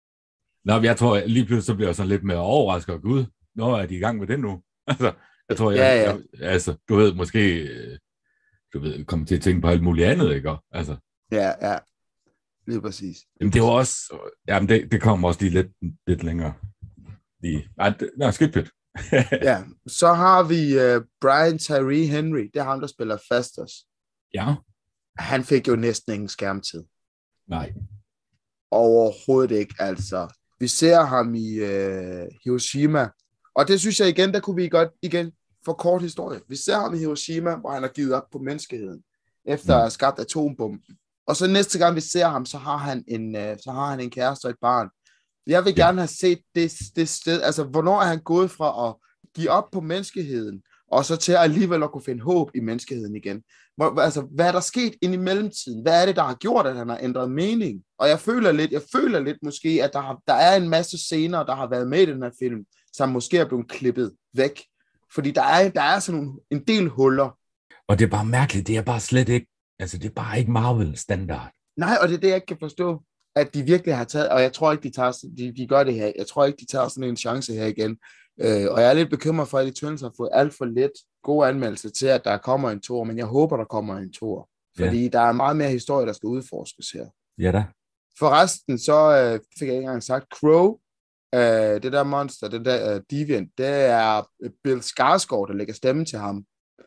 Speaker 7: Nå, men jeg tror, lige pludselig så bliver jeg sådan lidt mere overrasket, og gud, nå, er de i gang med det nu? Altså, jeg tror, jeg,
Speaker 2: Ja, ja.
Speaker 7: jeg altså, du ved, måske, øh, du ved, kommer til at tænke på alt muligt andet, ikke? Altså,
Speaker 2: Ja, ja, lige præcis.
Speaker 7: jamen, det var også, jamen, det, det kommer også lige lidt, lidt længere. Lige. Nej, det, nej, skidt pyt.
Speaker 2: Ja, så har vi uh, Brian Tyree Henry, det er ham, der spiller Fastos.
Speaker 7: Ja,
Speaker 2: Han fik jo næsten ingen skærmtid.
Speaker 7: nej.
Speaker 2: Overhovedet ikke, altså. Vi ser ham i uh, Hiroshima, og det synes jeg igen, der kunne vi godt, igen, for kort historie. Vi ser ham i Hiroshima, hvor han har givet op på menneskeheden, efter at have skabt atombomben. Og så næste gang vi ser ham, så har han en, uh, så har han en kæreste og et barn. Jeg vil gerne have set det, det sted, altså hvornår er han gået fra at give op på menneskeheden, og så til alligevel at kunne finde håb i menneskeheden igen. Hvor, altså, hvad er der sket ind i mellemtiden? Hvad er det, der har gjort, at han har ændret mening? Og jeg føler lidt, jeg føler lidt måske, at der, har, der er en masse scener, der har været med i den her film, som måske er blevet klippet væk. Fordi der er, der er sådan nogle, en del huller.
Speaker 7: Og det er bare mærkeligt, det er bare slet ikke, altså det er bare ikke Marvel-standard.
Speaker 2: Nej, og det er det, jeg ikke kan forstå, at de virkelig har taget, og jeg tror ikke, de, tager, de, de gør det her, jeg tror ikke, de tager sådan en chance her igen. Øh, og jeg er lidt bekymret for, at Eternals har fået alt for lidt gode anmeldelser til, at der kommer en toer, men jeg håber, der kommer en toer. Fordi ja. Der er meget mere historie, der skal udforskes her.
Speaker 7: Ja da.
Speaker 2: Forresten, så øh, fik jeg ikke engang sagt, Crow, øh, det der monster, det der øh, Deviant, det er Bill Skarsgård, der lægger stemme til ham.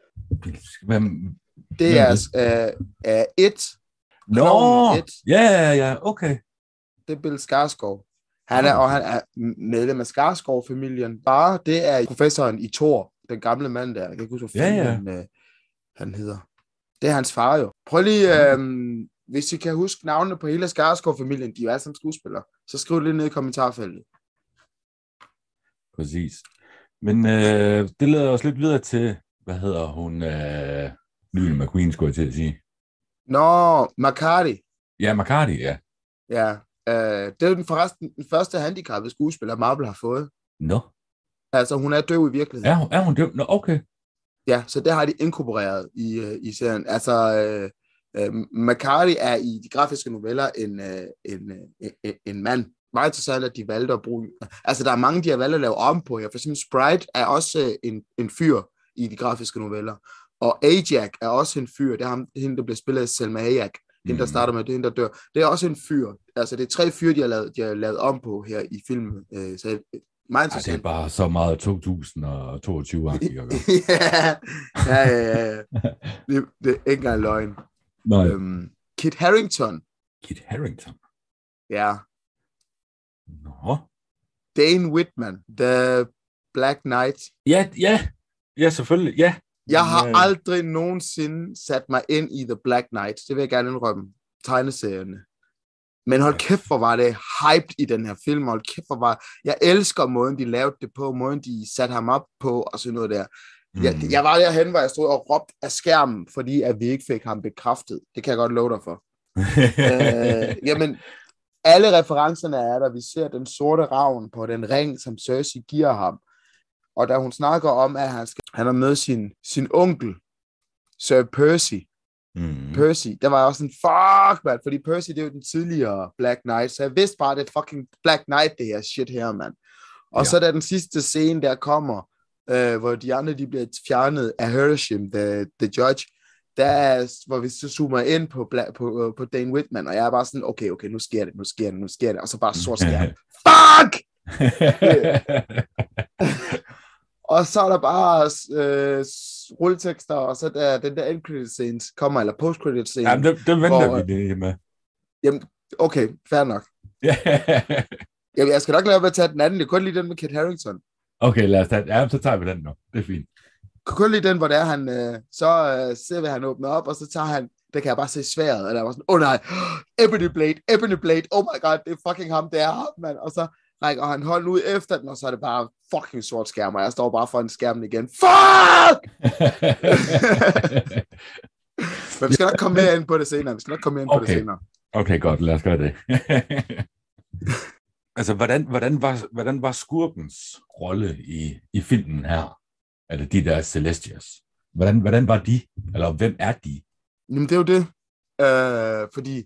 Speaker 7: Hvem?
Speaker 2: Det er øh, øh, It.
Speaker 7: Nå,
Speaker 2: It.
Speaker 7: ja, ja, ja, okay.
Speaker 2: Det er Bill Skarsgård. Han er, og han er medlem af Skarsgård-familien. Bare det er professoren i Thor, den gamle mand der. Jeg kan ikke huske, hvad
Speaker 7: ja, ja.
Speaker 2: han, øh, han hedder. Det er hans far jo. Prøv lige, øh, hvis I kan huske navnene på hele Skarsgård-familien, de er jo alle sammen skuespillere, så skriv det lige ned i kommentarfeltet.
Speaker 7: Præcis. Men øh, det leder os lidt videre til, hvad hedder hun, øh, Lyne McQueen, skulle jeg til at sige.
Speaker 2: Nå, McCarthy.
Speaker 7: Ja, McCarthy, ja.
Speaker 2: Ja, øh, det er den forresten den første handicappede skuespiller, Marvel har fået.
Speaker 7: Nå.
Speaker 2: Altså, hun er døv i virkeligheden.
Speaker 7: Er hun, er hun døv? Nå, okay.
Speaker 2: Ja, så det har de inkorporeret i, uh, i serien. Altså, øh, øh, McCarthy er i de grafiske noveller en, øh, en, øh, en, en mand. Meget interessant, at de valgte at bruge... Altså, der er mange, de har valgt at lave om på her. For eksempel Sprite er også øh, en, en fyr i de grafiske noveller. Og Ajak er også en fyr. Det er ham, hende, der bliver spillet af Selma Hayek. Hende, der starter med det, hende, der dør. Det er også en fyr. Altså, det er tre fyre, de har lavet, de har lavet om på her i filmen. Øh, så meget interessant.
Speaker 7: Ej, det er bare så meget to tusind toogtyve-agtigt.
Speaker 2: ja, ja, ja, ja. Det, det er ikke engang løgn.
Speaker 7: Nej.
Speaker 2: Øhm, Kit Harington.
Speaker 7: Kit Harington?
Speaker 2: Ja.
Speaker 7: Nå.
Speaker 2: Dane Whitman, The Black Knight.
Speaker 7: Ja, ja. Ja, selvfølgelig, ja.
Speaker 2: Jeg har
Speaker 7: ja.
Speaker 2: aldrig nogensinde sat mig ind i The Black Knight. Det vil jeg gerne indrømme. Tegneserierne. Men hold kæft, hvor var det hyped i den her film. Hold kæft, hvor var... Jeg elsker måden, de lavede det på, måden, de satte ham op på, og sådan noget der. Mm. Jeg, jeg var derhen, hvor jeg stod og råbte af skærmen, fordi at vi ikke fik ham bekræftet. Det kan jeg godt love dig for. øh, jamen, alle referencerne er der. Vi ser den sorte ravn på den ring, som Cersei giver ham. Og da hun snakker om, at han, skal, han har med sin, sin onkel, Sir Percy, Mm. Percy, der var også sådan, fuck, man, fordi Percy, det er jo den tidligere Black Knight, så jeg vidste bare, det er fucking Black Knight, det her shit her, mand. Og ja. Så da den sidste scene, der kommer, øh, hvor de andre, de bliver fjernet af Hersham, the, the judge, der er, hvor vi så zoomer ind på, Black, på, på Dane Whitman, og jeg er bare sådan, okay, okay, nu sker det, nu sker det, nu sker det, og så bare sort skærm. Fuck! Og så er der bare øh, rulletekster, og så der, den der end-credit scene kommer, eller post-credit scene.
Speaker 7: Jamen, det, det venter hvor, vi det med.
Speaker 2: Jamen, okay, fair nok. Jamen, jeg skal nok lade være at tage den anden, det er kun lige den med Kit Harington.
Speaker 7: Okay, lad os tage, ja, så tager vi den nu, det er fint.
Speaker 2: Kun lige den, hvor det er, han, øh, så øh, ser vi, han åbner op, og så tager han, der kan jeg bare se sværet, og der var sådan, åh oh, nej, Ebony Blade, Ebony Blade, oh my god, det er fucking ham, det er ham, mand. Og så rækker han hånden ud efter den, og så er det bare fucking sort skærm, og jeg står bare foran skærmen igen. Fuck! Men vi skal nok komme mere ind på det senere. Vi skal nok komme mere ind på
Speaker 7: Okay.
Speaker 2: det senere.
Speaker 7: Okay, godt. Lad os gøre det. Altså, hvordan, hvordan, var, hvordan var skurkens rolle i, i filmen her? Eller de der Celestials? Hvordan, hvordan var de? Eller hvem er de?
Speaker 2: Jamen, det er jo det. Øh, fordi,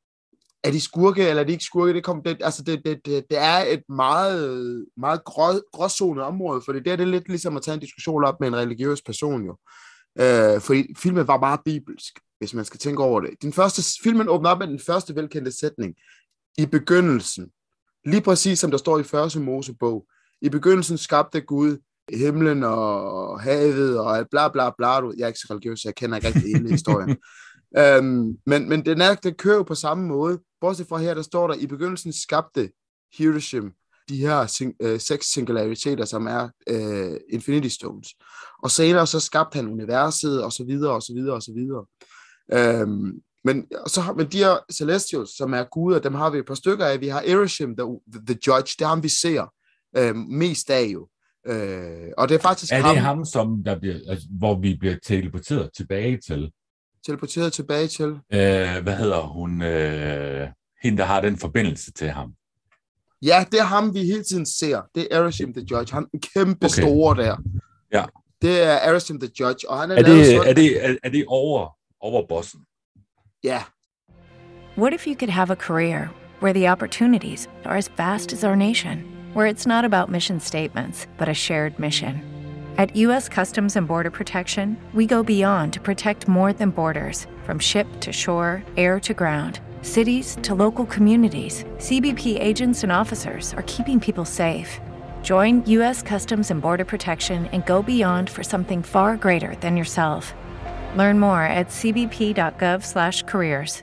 Speaker 2: er de skurke, eller er de ikke skurke? Det, kom, det, altså det, det, det, det er et meget, meget grå, gråzonet område, for det er det lidt ligesom at tage en diskussion op med en religiøs person, jo. Øh, fordi filmen var meget bibelsk, hvis man skal tænke over det. Den første, filmen åbner op med den første velkendte sætning. I begyndelsen, lige præcis som der står i første Mosebog, i begyndelsen skabte Gud himlen og havet og bla bla bla. Jeg er ikke så religiøs, så jeg kender ikke rigtig hele historien. øhm, men, men den, er, den kører jo på samme måde. Bortset fra her, der står der, i begyndelsen skabte Hiroshima de her sing, øh, seks singulariteter, som er øh, Infinity Stones. Og senere så skabte han universet, og så videre, og så videre, og så videre. Øhm, men, så har, men de her Celestials, som er guder, dem har vi et par stykker af. Vi har Ereshim, the, the Judge, det er ham, vi ser øh, mest af jo. Øh, og det er faktisk
Speaker 7: Er det
Speaker 2: ham,
Speaker 7: ham, som der bliver, altså, hvor vi bliver teleporteret tilbage til?
Speaker 2: teleporteret tilbage til.
Speaker 7: Øh, hvad hedder hun? Øh, hende, der har den forbindelse til ham.
Speaker 2: Ja, det er ham, vi hele tiden ser. Det er Ereshim the Judge. Han er en kæmpe
Speaker 7: Okay.
Speaker 2: store der.
Speaker 7: Ja.
Speaker 2: Det er Ereshim the Judge, og han er,
Speaker 7: Er
Speaker 2: lavet
Speaker 7: det,
Speaker 2: sådan...
Speaker 7: er det, er, er det over, over bossen?
Speaker 2: Ja.
Speaker 1: What if you could have a career where the opportunities are as vast as our nation, where it's not about mission statements, but a shared mission? At U S Customs and Border Protection, we go beyond to protect more than borders, from ship to shore, air to ground, cities to local communities. C B P agents and officers are keeping people safe. Join U S Customs and Border Protection and go beyond for something far greater than yourself. Learn more at c b p dot gov slash careers.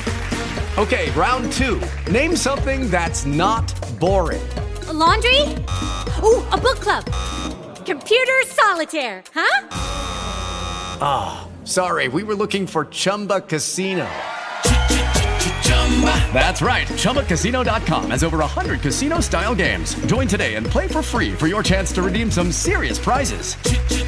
Speaker 3: Okay, round two. Name something that's not boring.
Speaker 5: A laundry? Ooh, a book club. Computer solitaire, huh?
Speaker 3: Ah, sorry, we were looking for Chumba Casino. That's right. Chumba Casino dot com has over one hundred casino-style games. Join today and play for free for your chance to redeem some serious prizes.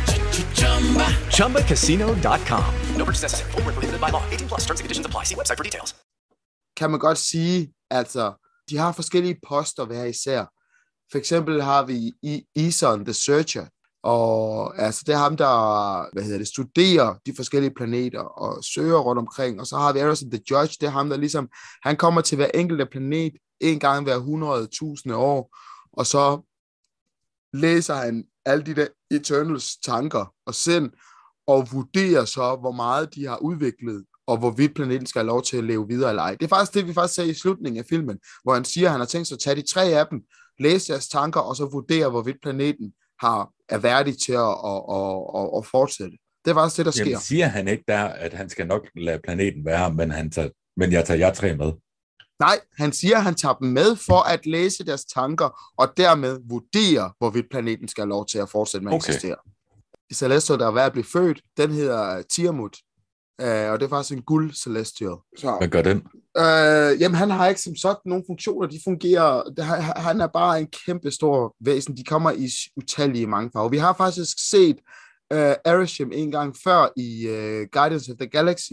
Speaker 3: Chumba Casino dot com. No purchase necessary. Void where prohibited by law. eighteen plus. Terms and conditions apply. See website for details.
Speaker 2: Kan man godt sige, altså, de har forskellige poster hver især. For eksempel har vi Eason, the Searcher, og altså, det er ham, der hvad hedder det, studerer de forskellige planeter og søger rundt omkring. Og så har vi Ereshim the Judge, det er ham, der ligesom, han kommer til hver enkelte planet en gang hver hundrede tusinde år, og så læser han alle de der Eternals tanker og sind, og vurderer så, hvor meget de har udviklet, og hvorvidt planeten skal have lov til at leve videre eller ej. Det er faktisk det, vi faktisk ser i slutningen af filmen, hvor han siger, at han har tænkt sig at tage de tre af dem, læse deres tanker, og så vurdere, hvorvidt planeten har, er værdig til at, at, at, at, at fortsætte. Det er faktisk det, der sker.
Speaker 7: Jamen, siger han ikke der, at han skal nok lade planeten være, men, han tager, men jeg tager jer tre med?
Speaker 2: Nej, han siger, at han tager dem med for at læse deres tanker, og dermed vurdere, hvorvidt planeten skal have lov til at fortsætte med at
Speaker 7: Okay.
Speaker 2: eksistere. Celestial, der er ved at blive født, den hedder Tiamut, øh, og det er faktisk en guld Celestial. Så,
Speaker 7: Hvad gør den?
Speaker 2: øh, jamen, han har ikke som sådan nogle funktioner, de fungerer, det, han er bare en kæmpe stor væsen, de kommer i utallige mange farver. Vi har faktisk set øh, Ereshim en gang før i øh, Guardians of the Galaxy.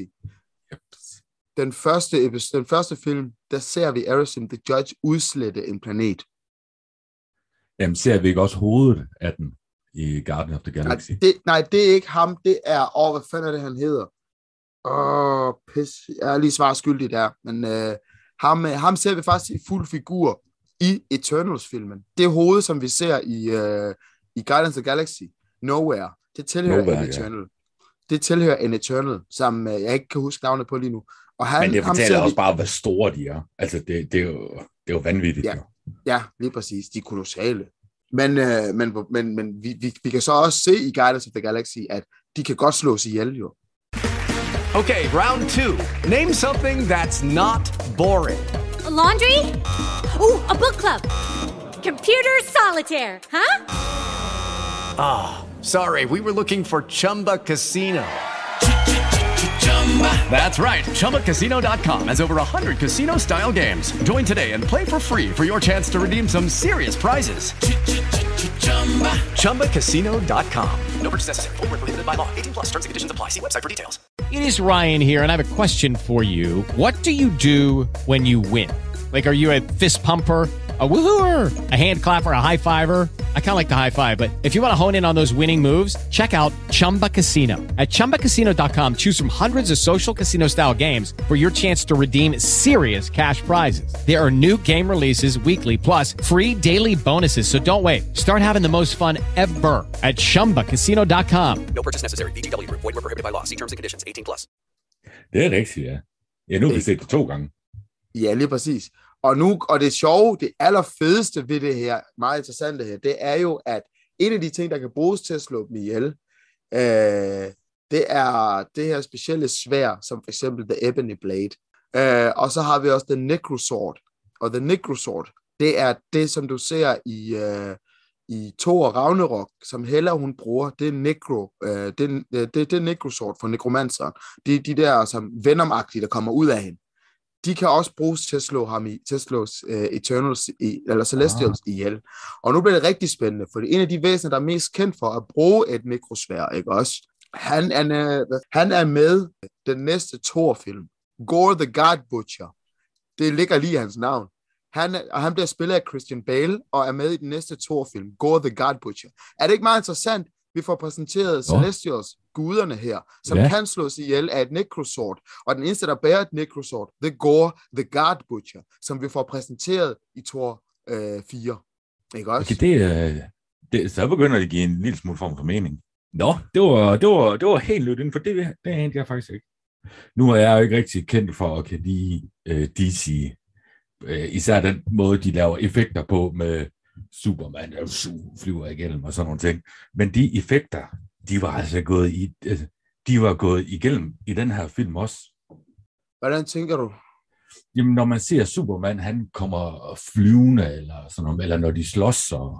Speaker 2: Den første, den første film, der ser vi Ereshim the Judge udslette en planet.
Speaker 7: Jamen, ser vi ikke også hovedet af den i Guardians of the Galaxy?
Speaker 2: Nej det, nej, det er ikke ham. Det er, åh, hvad fanden er det, han hedder? Åh, pis. Jeg er lige svar skyldig der. Men øh, ham, ham ser vi faktisk i fuld figur i Eternals-filmen. Det hoved, som vi ser i, øh, i Guardians of the Galaxy, Nowhere, det tilhører
Speaker 7: Nowhere,
Speaker 2: en
Speaker 7: ja.
Speaker 2: Eternal. Det tilhører en Eternal, som øh, jeg ikke kan huske navnet på lige nu. Og han,
Speaker 7: Men det
Speaker 2: ham
Speaker 7: fortæller
Speaker 2: ser
Speaker 7: også
Speaker 2: vi,
Speaker 7: bare, hvor store de er. Altså, det, det, er, jo, det er jo vanvittigt.
Speaker 2: Ja.
Speaker 7: Jo.
Speaker 2: Ja, lige præcis. De er kolossale. Men, øh, men, men, men vi, vi, vi kan så også se i Guardians of the Galaxy, at de kan godt slås ihjel, jo.
Speaker 3: Okay, round two. Name something that's not boring.
Speaker 5: A laundry? Ooh, a book club. Computer solitaire, huh?
Speaker 3: Ah, sorry, we were looking for Chumba Casino. That's right. Chumba Casino dot com has over one hundred casino-style games. Join today and play for free for your chance to redeem some serious prizes. Chumba Casino dot com. No purchase necessary. Void where prohibited by law. eighteen plus. Terms and conditions apply. See website for details.
Speaker 8: It is Ryan here, and I have a question for you. What do you do when you win? Like, are you a fist pumper, a woohooer, a hand clapper, a high fiver? I kind of like the high five, but if you want to hone in on those winning moves, check out Chumba Casino. At Chumba Casino dot com, choose from hundreds of social casino-style games for your chance to redeem serious cash prizes. There are new game releases weekly, plus free daily bonuses, so don't wait. Start having the most fun ever at Chumba Casino dot com.
Speaker 3: No purchase necessary. V G W Group. Void where prohibited by law. See terms and conditions. eighteen plus.
Speaker 7: Det er rigtigt, ja. Ja, nu har vi set det to gange.
Speaker 2: Ja, lige præcis. Og nu, og det sjove, det allerfedeste ved det her, meget interessante her, det er jo, at en af de ting, der kan bruges til at slå dem ihjel, øh, det er det her specielle sværd, som for eksempel The Ebony Blade. Øh, og så har vi også The Necrosword. Og The Necrosword, det er det, som du ser i, øh, i Thor Ragnarok, som Hela hun bruger, det er Necro, øh, det, det, det er Necrosword for nekromanseren. Det er de der som Venom-agtige, der kommer ud af hende. De kan også bruges til at slå ham i, til at slå uh, Eternals i, eller Celestials ah. ihjel. Og nu bliver det rigtig spændende, for en af de væsener, der er mest kendt for at bruge et nekrosværd, ikke også? Han er, han er med den næste Thor-film, Gore the God Butcher. Det ligger lige i hans navn. Han, og han bliver spillet af Christian Bale, og er med i den næste Thor-film, Gore the God Butcher. Er det ikke meget interessant? Vi får præsenteret oh. Celestials, guderne her, som yeah. kan slås ihjel af et necrosword. Og den eneste, der bærer et necrosword, det er Gore the God Butcher, som vi får præsenteret i Thor øh, fire. Ikke også?
Speaker 7: Okay, det, det, så begynder det at give en lille smule form for mening. Nå, det var, det var, det var helt nyt inden for det, det anede jeg faktisk ikke. Nu er jeg jo ikke rigtig kendt for at kan lide øh, D C. Øh, især den måde, de laver effekter på med Superman, der flyver igennem og sådan nogle ting. Men de effekter, de var altså gået i, de var gået igennem i den her film også.
Speaker 2: Hvordan tænker du?
Speaker 7: Jamen, når man ser Superman, han kommer flyvende, eller sådan noget, eller når de slås, og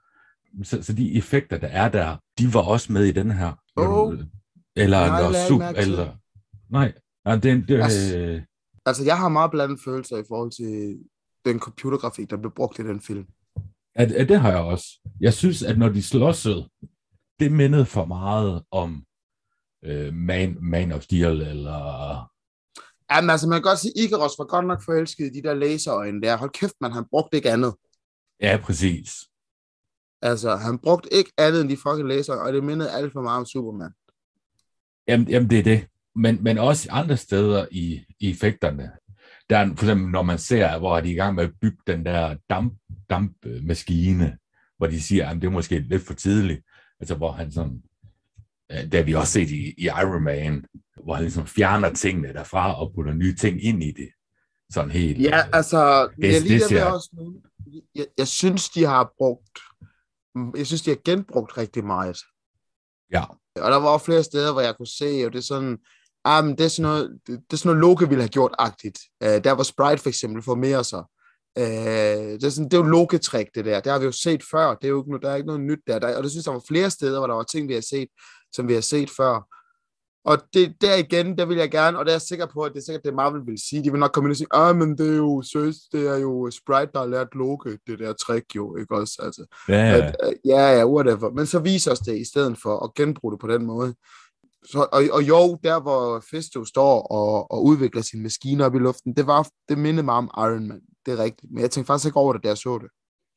Speaker 7: så, så de effekter, der er der, de var også med i den her.
Speaker 2: Oh.
Speaker 7: Eller
Speaker 2: Nej,
Speaker 7: når Super, eller nej, nej det, det
Speaker 2: altså,
Speaker 7: øh...
Speaker 2: altså, jeg har meget blandet følelser i forhold til den computergrafik, der blev brugt i den film.
Speaker 7: At, at det har jeg også. Jeg synes, at når de slåsede, det mindede for meget om øh, Man, Man of Steel, eller...
Speaker 2: Jamen altså, man kan godt sige, at Ikaros var godt nok forelsket i de der laserøjne der. Hold kæft, man, han brugte ikke andet.
Speaker 7: Ja, præcis.
Speaker 2: Altså, han brugte ikke andet end de fucking laserøjne, og det mindede alt for meget om Superman.
Speaker 7: Jamen, jamen det er det. Men, men også andre steder i, i effekterne. Der er for eksempel, når man ser, hvor de er i gang med at bygge den der damp, dampmaskine, hvor de siger, at det er måske lidt for tidligt. Altså, hvor han sådan, det har vi også set i, i Iron Man, hvor han ligesom fjerner tingene derfra og putter nye ting ind i det. Sådan helt.
Speaker 2: Ja, altså,
Speaker 7: det,
Speaker 2: jeg, lige
Speaker 7: det ser...
Speaker 2: også nu. Jeg, jeg synes, de har brugt, jeg synes, de har genbrugt rigtig meget.
Speaker 7: Ja.
Speaker 2: Og der var også flere steder, hvor jeg kunne se, og det er sådan, ah, men det er sådan noget, det, det er sådan noget Loke ville have gjort-agtigt. Uh, der var Sprite for eksempel formerer sig. Uh, det, er sådan, det er jo Loke-træk, det der. Det har vi jo set før. Det er jo, der er ikke noget nyt der. der. Og det synes jeg var flere steder, hvor der var ting, vi har set, som vi har set før. Og det, der igen, der vil jeg gerne, og det er jeg sikker på, at det er sikkert det Marvel vil sige. De vil nok komme ind og sige, ah, men det er jo søs, det er jo Sprite, der har lært Loke, det der trick jo, ikke også? Altså,
Speaker 7: ja,
Speaker 2: at, uh, ja, ja, whatever. Men så viser os det i stedet for at genbruge det på den måde. Så, og, og jo, der hvor Fisto står og, og udvikler sine maskiner op i luften, det var det mindede mig om Iron Man. Det er rigtigt. Men jeg tænkte faktisk ikke over det, da jeg så det.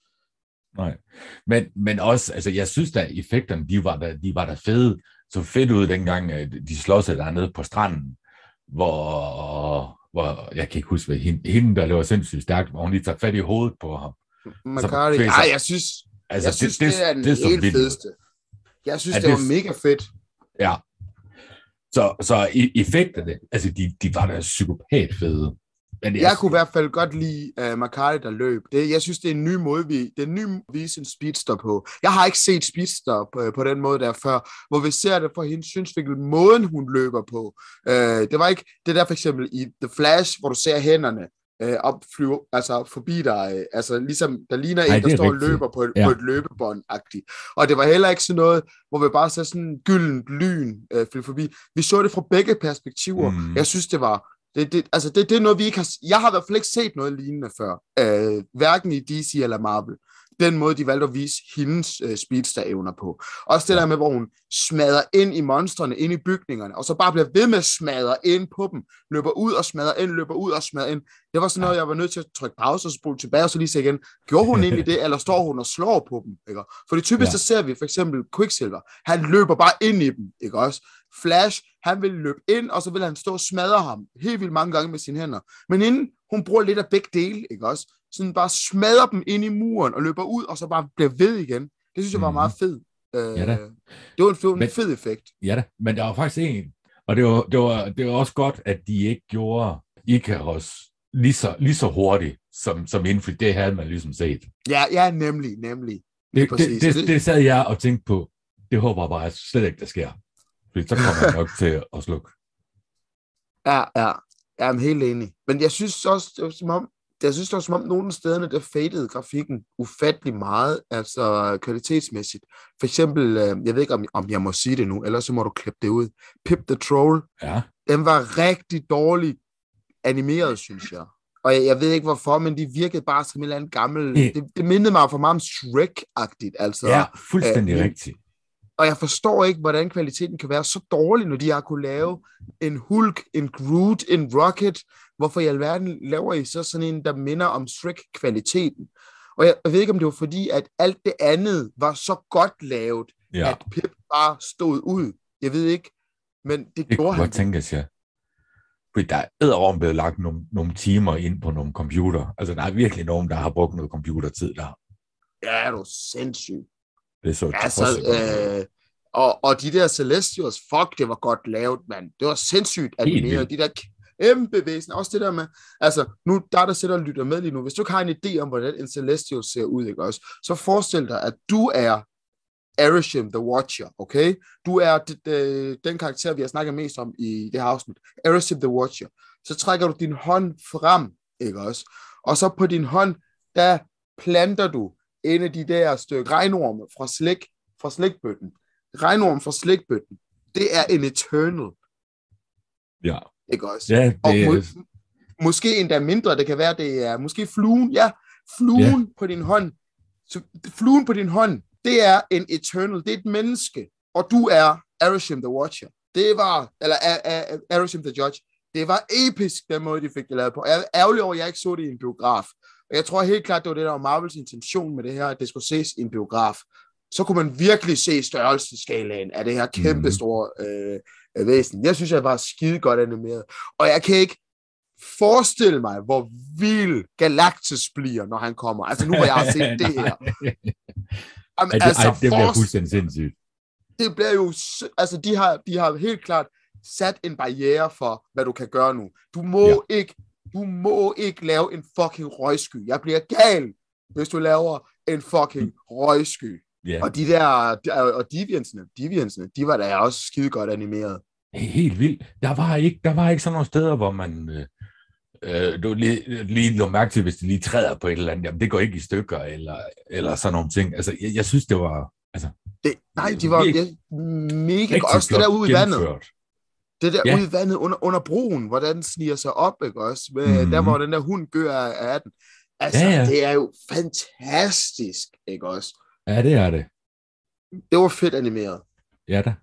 Speaker 7: Nej. Men, men også, altså jeg synes da, effekterne, de var da, de var da fede. Så fedt ud dengang, de slås sig dernede på stranden, hvor, hvor jeg kan ikke huske, hvad hende, hende der det var sindssygt stærkt, hvor hun lige tager fat i hovedet på ham.
Speaker 2: Makari, ej, jeg synes, altså, jeg synes det, det, det er den det, helt fedeste. Jeg synes, det, det var mega fedt.
Speaker 7: Ja. Så, så effekterne, altså de, de var da psykopat fede. Men
Speaker 2: jeg, jeg kunne i hvert fald godt lide uh, Makari, der løb. Det, jeg synes, det er en ny måde, vi, det er en ny måde, vi viser en speedster på. Jeg har ikke set speedster på, på den måde der før, hvor vi ser det for hendes synsvinkel, måden hun løber på. Uh, det var ikke det der for eksempel i The Flash, hvor du ser hænderne, øh, op flyver, altså forbi dig, øh, altså ligesom, der ligner
Speaker 7: Ej,
Speaker 2: en, der
Speaker 7: det er
Speaker 2: står og
Speaker 7: rigtigt.
Speaker 2: løber på,
Speaker 7: Ja.
Speaker 2: på et løbebånd-agtigt. Og det var heller ikke sådan noget, hvor vi bare så sådan gyldent lyn øh, flyve forbi. Vi så det fra begge perspektiver.
Speaker 7: Mm.
Speaker 2: Jeg synes, det var, det, det, altså det, det er noget, vi ikke har, jeg har i hvert fald ikke set noget lignende før, øh, hverken i D C eller Marvel. Den måde, de valgte at vise hendes øh, speedster-evner på. Også det der med, hvor hun smadrer ind i monstrene, ind i bygningerne, og så bare bliver ved med at smadre ind på dem, løber ud og smadrer ind, løber ud og smadrer ind. Det var sådan noget, jeg var nødt til at trykke pause og spole tilbage, og så lige se igen, gjorde hun egentlig det, eller står hun og slår på dem? Ikke? Fordi typisk
Speaker 7: Ja.
Speaker 2: så ser vi for eksempel Quicksilver, han løber bare ind i dem, ikke også? Flash, han vil løbe ind, og så vil han stå og smadre ham helt vildt mange gange med sine hænder. Men inden hun bruger lidt af begge dele, ikke også? Sådan bare smadrer dem ind i muren og løber ud, og så bare bliver ved igen. Det synes jeg var meget fedt. Øh,
Speaker 7: Ja da.
Speaker 2: det var en fed, en
Speaker 7: Men-
Speaker 2: fed effekt.
Speaker 7: Ja da, men der var faktisk en, og det var, det var, det var også godt, at de ikke gjorde Icarus lige så, lige så hurtigt, som, som Infinity. Det havde man ligesom set.
Speaker 2: Ja, ja, nemlig, nemlig. Lige
Speaker 7: Det,
Speaker 2: præcis.
Speaker 7: det, det, det sad jeg og tænkte på, det håber jeg bare slet ikke, der sker. Fordi så kommer jeg nok til at slukke.
Speaker 2: Ja, ja. Jeg er helt enig. Men jeg synes også, det var som om, jeg synes det var som om nogle af stederne, der fadede grafikken ufattelig meget, altså kvalitetsmæssigt. For eksempel, øh, jeg ved ikke, om, om jeg må sige det nu, ellers så må du klippe det ud. Pip the Troll,
Speaker 7: Ja,
Speaker 2: den var rigtig dårligt animeret, synes jeg. Og jeg, jeg ved ikke hvorfor, men de virkede bare som en eller anden gammel...
Speaker 7: Det-
Speaker 2: Det, det mindede mig for meget om Shrek-agtigt, altså.
Speaker 7: ja fuldstændig
Speaker 2: øh,
Speaker 7: rigtigt.
Speaker 2: Og jeg forstår ikke, hvordan kvaliteten kan være så dårlig, når de har kunne lave en Hulk, en Groot, en Rocket. Hvorfor i alverden laver I så sådan en, der minder om Shrek-kvaliteten? Og jeg, jeg ved ikke, om det var fordi, at alt det andet var så godt lavet,
Speaker 7: Ja,
Speaker 2: at Pip bare stod ud. Jeg ved ikke, men det,
Speaker 7: det
Speaker 2: gjorde
Speaker 7: kunne
Speaker 2: han.
Speaker 7: godt tænkes, ja. Fordi der er edderom blevet lagt nogle, nogle timer ind på nogle computer. Altså, der er virkelig nogen, der har brugt noget computertid der.
Speaker 2: Ja, det var sindssygt.
Speaker 7: Det så
Speaker 2: Altså,
Speaker 7: tosset godt ud.
Speaker 2: øh, og, og de der Celestials, fuck, det var godt lavet, mand. Det var sindssygt animeret. De der kæmpe væsener. Også det der med, altså, nu der der sidder og lytter med lige nu. Hvis du ikke har en idé om, hvordan en Celestial ser ud, ikke også, så forestil dig, at du er Arishem the Watcher, okay? Du er d- d- den karakter, vi har snakket mest om i det her afsnit. Arishem the Watcher. Så trækker du din hånd frem, ikke også? Og så på din hånd, der planter du en af de der stykke regnorme fra slik, fra slikbøtten. Regnorm fra slikbøtten. Det er en Eternal,
Speaker 7: Ja,
Speaker 2: ikke også?
Speaker 7: ja
Speaker 2: Og
Speaker 7: det,
Speaker 2: må, måske endda mindre, det kan være, det er måske fluen, ja, fluen
Speaker 7: Ja.
Speaker 2: på din hånd. Så fluen på din hånd, det er en Eternal, det er et menneske, og du er Arishem the Watcher. Det var, eller Arishem the Judge, det var episk, den måde, de fik det lavet på. Jeg er ærgerlig over, at jeg ikke så det i en biograf. Og jeg tror helt klart, det var det, der var Marvels intention med det her, at det skulle ses i en biograf. Så kunne man virkelig se størrelsesskalaen af det her kæmpe store øh, væsen. Jeg synes, jeg var skide godt animeret. Og jeg kan ikke forestille mig, hvor vild Galactus bliver, når han kommer. Altså nu hvor jeg har set det her. Jamen,
Speaker 7: ej, det,
Speaker 2: altså,
Speaker 7: ej, det bliver
Speaker 2: forst-
Speaker 7: fuldstændig sindssygt.
Speaker 2: det bliver jo, s- altså de har, de har helt klart sat en barriere for, hvad du kan gøre nu. Du må
Speaker 7: Ja.
Speaker 2: ikke, du må ikke lave en fucking røgsky. Jeg bliver gal, hvis du laver en fucking røgsky.
Speaker 7: Ja.
Speaker 2: Og de der, de- og Deviantsene, Deviantsene, de var da også skide godt animeret.
Speaker 7: Helt vildt. Der var ikke, der var ikke sådan nogle steder, hvor man øh, øh, du lige, lige lå mærke til, hvis de lige træder på et eller andet. Jamen, det går ikke i stykker, eller, eller sådan nogle ting. Altså, jeg, jeg synes, det var... Altså,
Speaker 2: Det, nej, de var
Speaker 7: Virkelig-
Speaker 2: ja, mega
Speaker 7: rigtig
Speaker 2: godt. Også det der
Speaker 7: flot
Speaker 2: ude i vandet.
Speaker 7: gennemført.
Speaker 2: Det der
Speaker 7: Ja.
Speaker 2: ude i vandet under, under broen, hvordan den sniger sig op, ikke også? Med,
Speaker 7: Mhm.
Speaker 2: Der, hvor den der hund gør af af den. Altså,
Speaker 7: Ja, ja.
Speaker 2: det er jo fantastisk, ikke også?
Speaker 7: Ja, det er det.
Speaker 2: Det var fedt animeret.
Speaker 7: Ja da.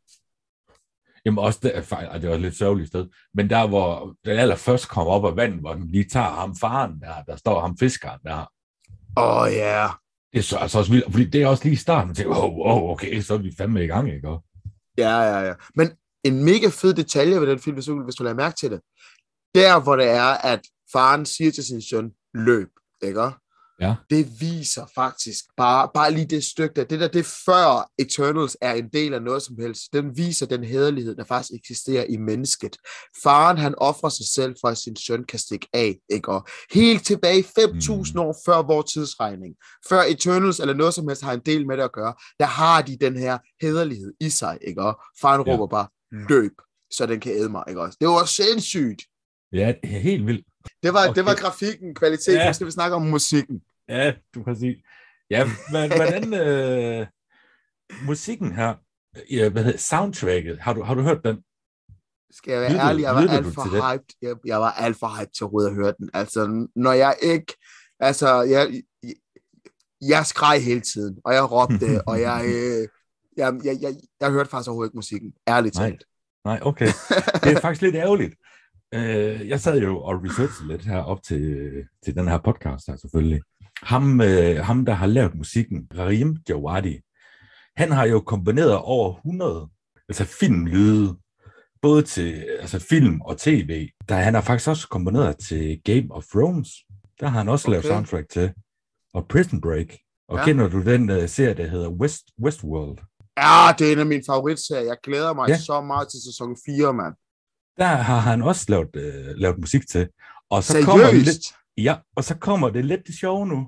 Speaker 7: Jamen også, der, ej, det var et lidt sørgeligt sted, men der, hvor den allerførst kom op af vandet, hvor den lige tager ham faren der, der står ham fiskeren der.
Speaker 2: Åh, oh, ja. Yeah.
Speaker 7: Det er så altså også vildt, fordi det er også lige i starten, til, oh, oh, okay, så er vi fandme i gang, ikke?
Speaker 2: Ja, ja, ja. Men en mega fed detalje ved den film, hvis du, hvis du lader mærke til det, der hvor det er, at faren siger til sin søn, løb, ikke?
Speaker 7: Ja.
Speaker 2: Det viser faktisk bare, bare lige det stykke der. Det der, det er før Eternals er en del af noget som helst. Den viser den hæderlighed, der faktisk eksisterer i mennesket. Faren, han offrer sig selv for, at sin søn kan stikke af, ikke? Og helt tilbage fem tusind mm. år før vores tidsregning, før Eternals eller noget som helst har en del med det at gøre, der har de den her hæderlighed i sig, ikke? Og faren
Speaker 7: Ja.
Speaker 2: råber bare, løb, så den kan æde mig, ikke også? Det var sindssygt.
Speaker 7: Ja, det er helt vildt.
Speaker 2: Det var,
Speaker 7: Okay.
Speaker 2: det var grafikken, kvalitet.
Speaker 7: Ja.
Speaker 2: Nu skal vi snakke om musikken.
Speaker 7: Ja, du kan sige. Ja, men hvordan øh, musikken her, ja, hvad hedder soundtracket, har du, har du hørt den?
Speaker 2: Skal jeg være
Speaker 7: Lyttede-
Speaker 2: ærlig, jeg var
Speaker 7: lyttede
Speaker 2: alt
Speaker 7: du
Speaker 2: for
Speaker 7: til det?
Speaker 2: hyped. Jeg, jeg var alt for hyped til overhovedet at høre den. Altså, når jeg ikke... Altså, jeg, jeg, jeg skreg hele tiden, og jeg råbte, og jeg, øh, jeg, jeg, jeg, jeg hørte faktisk overhovedet ikke musikken. Ærligt
Speaker 7: Nej.
Speaker 2: talt.
Speaker 7: Nej, okay. Det er faktisk lidt ærgerligt. Øh, jeg sad jo og researchede lidt her op til, til den her podcast her selvfølgelig. Ham, øh, ham, der har lavet musikken, Raheem Djawadi, han har jo komponeret over hundrede altså filmlyde, både til altså film og tv. Der han har faktisk også komponeret til Game of Thrones. Der har han også okay. lavet
Speaker 2: Okay.
Speaker 7: soundtrack til. Og Prison Break. Og
Speaker 2: Ja.
Speaker 7: kender du den uh, serie, der hedder West, Westworld?
Speaker 2: Ja, det er en af mine favoritserier. Jeg glæder mig
Speaker 7: Ja.
Speaker 2: ja. så meget til sæson fire, mand.
Speaker 7: Der har han også lavet, øh, lavet musik til. Og så kommer det
Speaker 2: Seriøst?
Speaker 7: lidt, ja, og så kommer det lidt det sjove nu.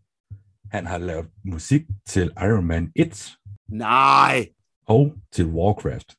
Speaker 7: Han har lavet musik til Iron Man et
Speaker 2: Nej.
Speaker 7: og til Warcraft.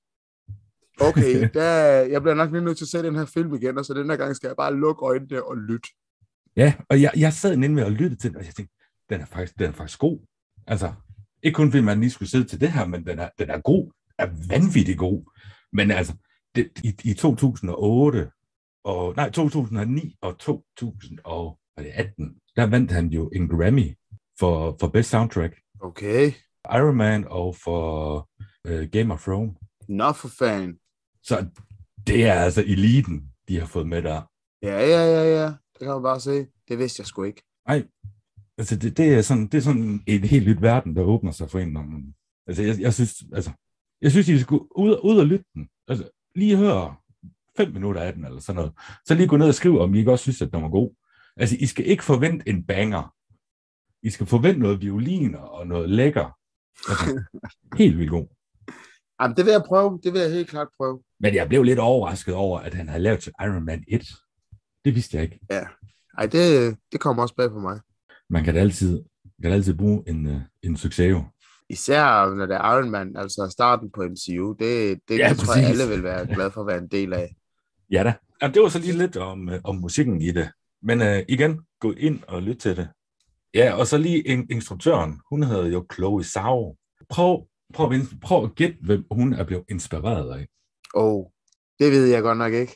Speaker 2: Okay, der, jeg bliver nok lige nødt til at se den her film igen, og så den her gang skal jeg bare lukke øjnene og lytte.
Speaker 7: Ja, og jeg, jeg sad inde med og lyttede til den, og jeg tænkte, den er faktisk, den er faktisk god. Altså, ikke kun fordi man lige skulle sidde til det her, men den er, den er god, er vanvittigt god. Men altså, det, i, i to tusind og otte, og, nej, to tusind og ni og to tusind og atten, der vandt han jo en Grammy for, for Best Soundtrack.
Speaker 2: Okay.
Speaker 7: Iron Man og for uh, Game of Thrones.
Speaker 2: Nå for fanden.
Speaker 7: Så det er altså eliten, de har fået med der.
Speaker 2: Ja, ja, ja, ja. Det kan man bare se. Det vidste jeg sgu ikke.
Speaker 7: Nej, altså det, det, er sådan, det er sådan en helt nyt verden, der åbner sig for en. Om, altså jeg, jeg synes, altså, jeg synes, I skulle ud, ud og lytte den. Altså lige høre fem minutter af den, eller sådan noget. Så lige gå ned og skrive, om I ikke også synes, at den var god. Altså, I skal ikke forvente en banger. I skal forvente noget violin og noget lækker. Altså, helt vildt god.
Speaker 2: Jamen, det vil jeg prøve. Det vil jeg helt klart prøve.
Speaker 7: Men jeg blev lidt overrasket over, at han havde lavet til Iron Man et. Det vidste jeg ikke.
Speaker 2: Ja. Ej, det, det kommer også bag på mig.
Speaker 7: Man kan da altid, kan da altid bruge en, uh, en succes jo.
Speaker 2: Især når det er Iron Man, altså starten på M C U. Det, det,
Speaker 7: Ja,
Speaker 2: det tror jeg,
Speaker 7: præcis.
Speaker 2: alle vil være glade for at være en del af.
Speaker 7: Ja da. Jamen, det var så lige lidt om, uh, om musikken i det. Men uh, igen, gå ind og lyt til det. Ja, og så lige in- instruktøren. Hun hedder jo Chloe Zhao. Prøv, prøv, at- prøv at gætte, hvem hun er blevet inspireret af.
Speaker 2: Oh, det ved jeg godt nok ikke.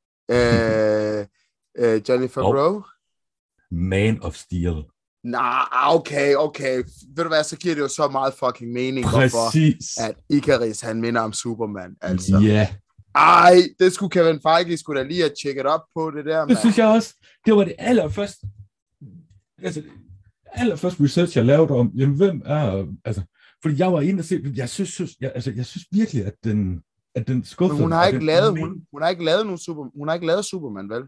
Speaker 2: Øh, øh, Johnny Favreau?
Speaker 7: Man of Steel.
Speaker 2: Nej, okay, okay. Ved du hvad, så giver det jo så meget fucking mening, hvorfor
Speaker 7: Præcis.
Speaker 2: at Icarus, han minder om Superman. Altså.
Speaker 7: Ja,
Speaker 2: Ej, det skulle Kevin Feige skulle da lige have tjekket op på det der,
Speaker 7: det
Speaker 2: mand.
Speaker 7: synes jeg også. Det var det allerførste, altså, allerførste research, jeg lavede om, jamen, hvem er, altså, fordi jeg var inde og se, jeg synes, synes jeg, altså, jeg synes virkelig, at den, at den skuffede.
Speaker 2: Men hun har
Speaker 7: og
Speaker 2: ikke
Speaker 7: den-
Speaker 2: lavet, hun, hun har ikke lavet nogen super, hun har ikke lavet Superman, vel?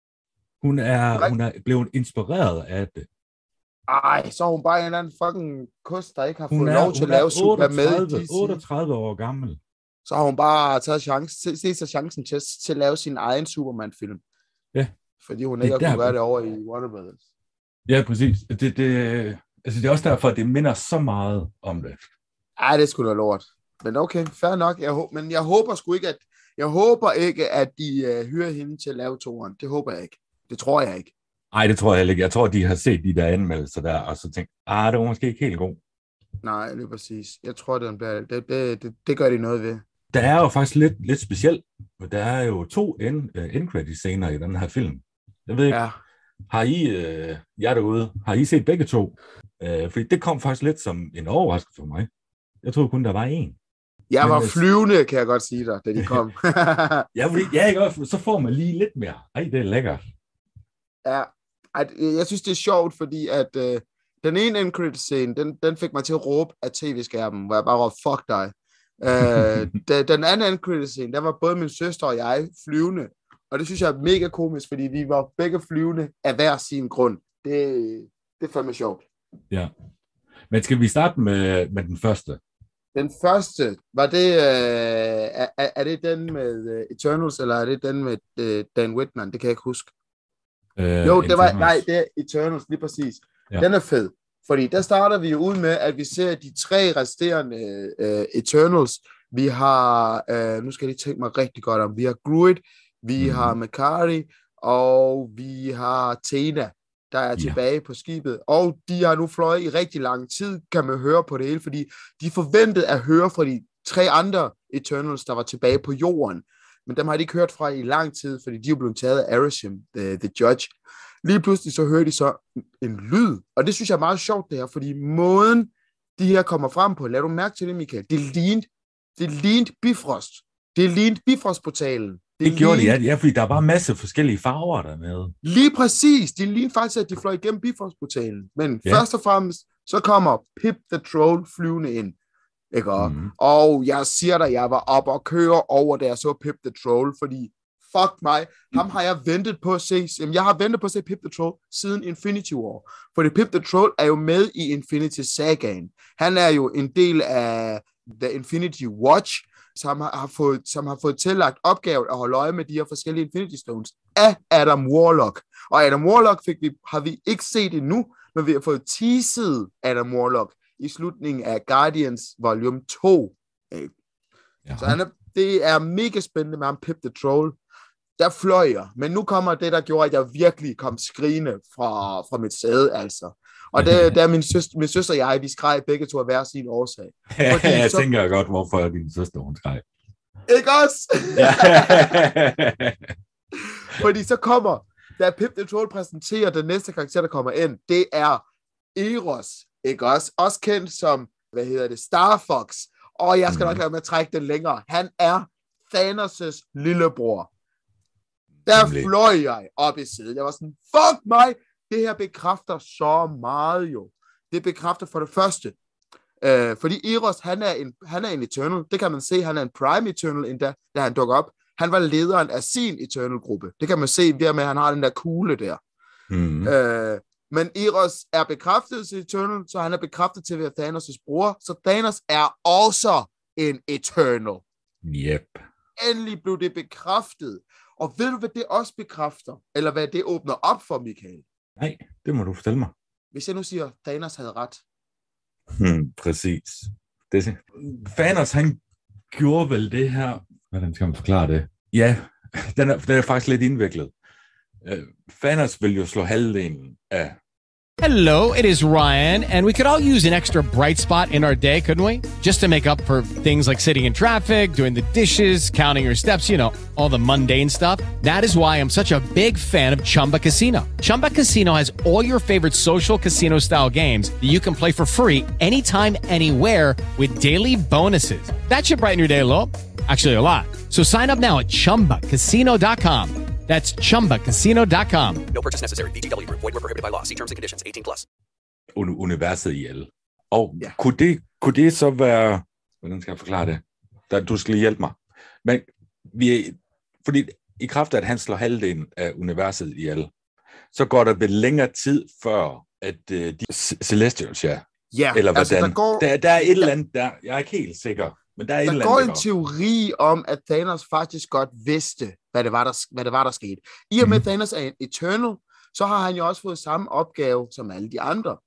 Speaker 7: Hun er,
Speaker 2: Nej.
Speaker 7: hun er blevet inspireret af det.
Speaker 2: Ej, så er hun bare en eller anden fucking kost, der ikke har
Speaker 7: Hun
Speaker 2: fået
Speaker 7: er,
Speaker 2: lov til
Speaker 7: hun
Speaker 2: at lave
Speaker 7: er
Speaker 2: Superman med i
Speaker 7: otteogtredive,
Speaker 2: D C.
Speaker 7: otteogtredive år gammel.
Speaker 2: Så har hun bare taget chance, se, se sig chancen til, til at lave sin egen Superman-film.
Speaker 7: Ja.
Speaker 2: Fordi hun
Speaker 7: Det
Speaker 2: ikke
Speaker 7: er
Speaker 2: har kunne
Speaker 7: derfor.
Speaker 2: gøre det over i Warner Brothers.
Speaker 7: Ja, præcis. Det, det, altså, det er også derfor, at det minder så meget om det.
Speaker 2: Ej, det skulle da lort. Men okay, fair nok. Jeg, hå- men jeg håber sgu ikke, at jeg håber ikke, at de uh, hyrer hende til at lave toeren. Det håber jeg ikke. Det tror jeg ikke.
Speaker 7: Nej, det tror jeg heller ikke. Jeg tror, de har set de der anmeldelser der, og så tænkt, ah, det var måske ikke helt god.
Speaker 2: Nej, lige præcis. Jeg tror, den bliver, det, det, det, det gør de noget ved.
Speaker 7: Der er jo faktisk lidt, lidt specielt. Der er jo to end, uh, end-credit-scener i den her film. Jeg ved ikke,
Speaker 2: Ja.
Speaker 7: har I, uh, jer derude, har I set begge to? Uh, fordi det kom faktisk lidt som en overraskelse for mig. Jeg troede kun, der var én.
Speaker 2: Jeg
Speaker 7: Men,
Speaker 2: var
Speaker 7: øh,
Speaker 2: flyvende, kan jeg godt sige dig, da de kom.
Speaker 7: Ja, fordi, ja, ikke også? Så får man lige lidt mere. Ej, det er lækkert.
Speaker 2: Ja, at, øh, jeg synes, det er sjovt, fordi at øh, den ene end credit scene, den, den fik mig til at råbe af tv-skærmen, hvor jeg bare råbte, fuck dig. Øh, da, den anden end credit scene, der var både min søster og jeg flyvende, og det synes jeg er mega komisk, fordi vi var begge flyvende af hver sin grund. Det, det er fandme sjovt.
Speaker 7: Ja. Men skal vi starte med, med den første?
Speaker 2: Den første, var det, øh, er, er det den med uh, Eternals, eller er det den med uh, Dan Whitman? Det kan jeg ikke huske.
Speaker 7: Øh,
Speaker 2: Jo, det var,
Speaker 7: Eternals.
Speaker 2: nej, det er Eternals, lige præcis.
Speaker 7: Ja.
Speaker 2: Ja. Den er fed, fordi der starter vi jo ud med, at vi ser de tre resterende uh, Eternals. Vi har, uh, nu skal jeg lige tænke mig rigtig godt om, vi har Gruit, vi
Speaker 7: Mhm.
Speaker 2: mm. har Makari, og vi har Athena, der er tilbage ja. på skibet, og de har nu fløjet i rigtig lang tid, kan man høre på det hele, fordi de forventede at høre fra de tre andre Eternals, der var tilbage på jorden, men dem har de ikke hørt fra i lang tid, fordi de er blevet taget af Arishem, the, the Judge. Lige pludselig så hører de så en lyd, og det synes jeg er meget sjovt det her, fordi måden de her kommer frem på, lad du mærke til det, Michael, det lignede, det lignede Bifrost, det lignede Bifrost-portalen.
Speaker 7: Det, det gjorde de, ja, ja, fordi der var masser af forskellige farver der med. Lige
Speaker 2: præcis, det lignede faktisk, at de fløj igennem Bifrost-portalen, men ja. først og fremmest, så kommer Pip the Troll flyvende ind, ikke? Mm. Og jeg siger dig, jeg var op og køre over, da jeg så Pip the Troll, fordi fuck mig, ham har jeg ventet på at se. Jamen, jeg har ventet på at se Pip the Troll siden Infinity War. Fordi Pip the Troll er jo med i Infinity Sagaen. Han er jo en del af The Infinity Watch, som har, har fået, som har fået tillagt opgave at holde øje med de her forskellige Infinity Stones af Adam Warlock. Og Adam Warlock fik vi, har vi ikke set endnu, men vi har fået teaset Adam Warlock i slutningen af Guardians Volume to. Så han er, det er mega spændende med ham, Pip the Troll. Der fløj jeg, men nu kommer det, der gjorde, at jeg virkelig kom skrigende fra, fra mit sæde, altså. Og det, det er min søster, min søster og jeg, vi skreg begge to af hver sin årsag.
Speaker 7: Fordi jeg så... tænker godt, hvorfor din søster, hun skreg.
Speaker 2: Ikke også? Fordi så kommer, da Pip the Troll præsenterer den næste karakter, der kommer ind, det er Eros, ikke også? Også kendt som, hvad hedder det, Star Fox. Og jeg skal nok lade med at trække den længere. Han er Thanos' lillebror. Der fløj jeg op i siden. Jeg var sådan, fuck mig! Det her bekræfter så meget jo. Det bekræfter for det første. Øh, fordi Eros, han er, en, han er en Eternal. Det kan man se, han er en Prime Eternal endda, da han dukker op. Han var lederen af sin Eternal-gruppe. Det kan man se ved med, at han har den der kugle der. Mm. Øh, men Eros er bekræftet til Eternal, så han er bekræftet til at være Thanos' bror. Så Thanos er også en Eternal.
Speaker 7: Yep.
Speaker 2: Endelig blev det bekræftet. Og ved du, hvad det også bekræfter? Eller hvad det åbner op for, Michael?
Speaker 7: Nej, det må du fortælle mig.
Speaker 2: Hvis jeg nu siger, Thanos havde ret.
Speaker 7: Hmm, præcis. Det, Thanos, han gjorde vel det her... Hvordan skal man forklare det? Ja, den er, den er faktisk lidt indviklet. Uh, Thanos vil jo slå halvdelen af...
Speaker 8: Hello, it is Ryan, and we could all use an extra bright spot in our day, couldn't we? Just to make up for things like sitting in traffic, doing the dishes, counting your steps, you know, all the mundane stuff. That is why I'm such a big fan of Chumba Casino. Chumba Casino has all your favorite social casino-style games that you can play for free anytime, anywhere with daily bonuses. That should brighten your day a little. Actually, a lot. So sign up now at chumba casino dot com. That's chumba casino dot com.
Speaker 9: No purchase necessary. V G W Group. Void where prohibited by law. See terms and conditions. eighteen plus.
Speaker 7: Universet i alle. Og ja. kunne, det, kunne det så være... Hvordan skal jeg forklare det? Der, du skal lige hjælpe mig. Men vi, fordi i kraft af, at han slår halvdelen af universet i alle, så går der vel længere tid før, at uh, de Celestials, ja.
Speaker 2: Ja,
Speaker 7: eller hvordan.
Speaker 2: Altså, der, går,
Speaker 7: der, der er et eller andet der. Jeg er ikke helt sikker. Men der er
Speaker 2: der
Speaker 7: et
Speaker 2: går
Speaker 7: en
Speaker 2: teori om, at Thanos faktisk godt vidste, hvad det var, der, hvad det var, der skete. I og med, mm. Thanos er en Eternal, så har han jo også fået samme opgave som alle de andre.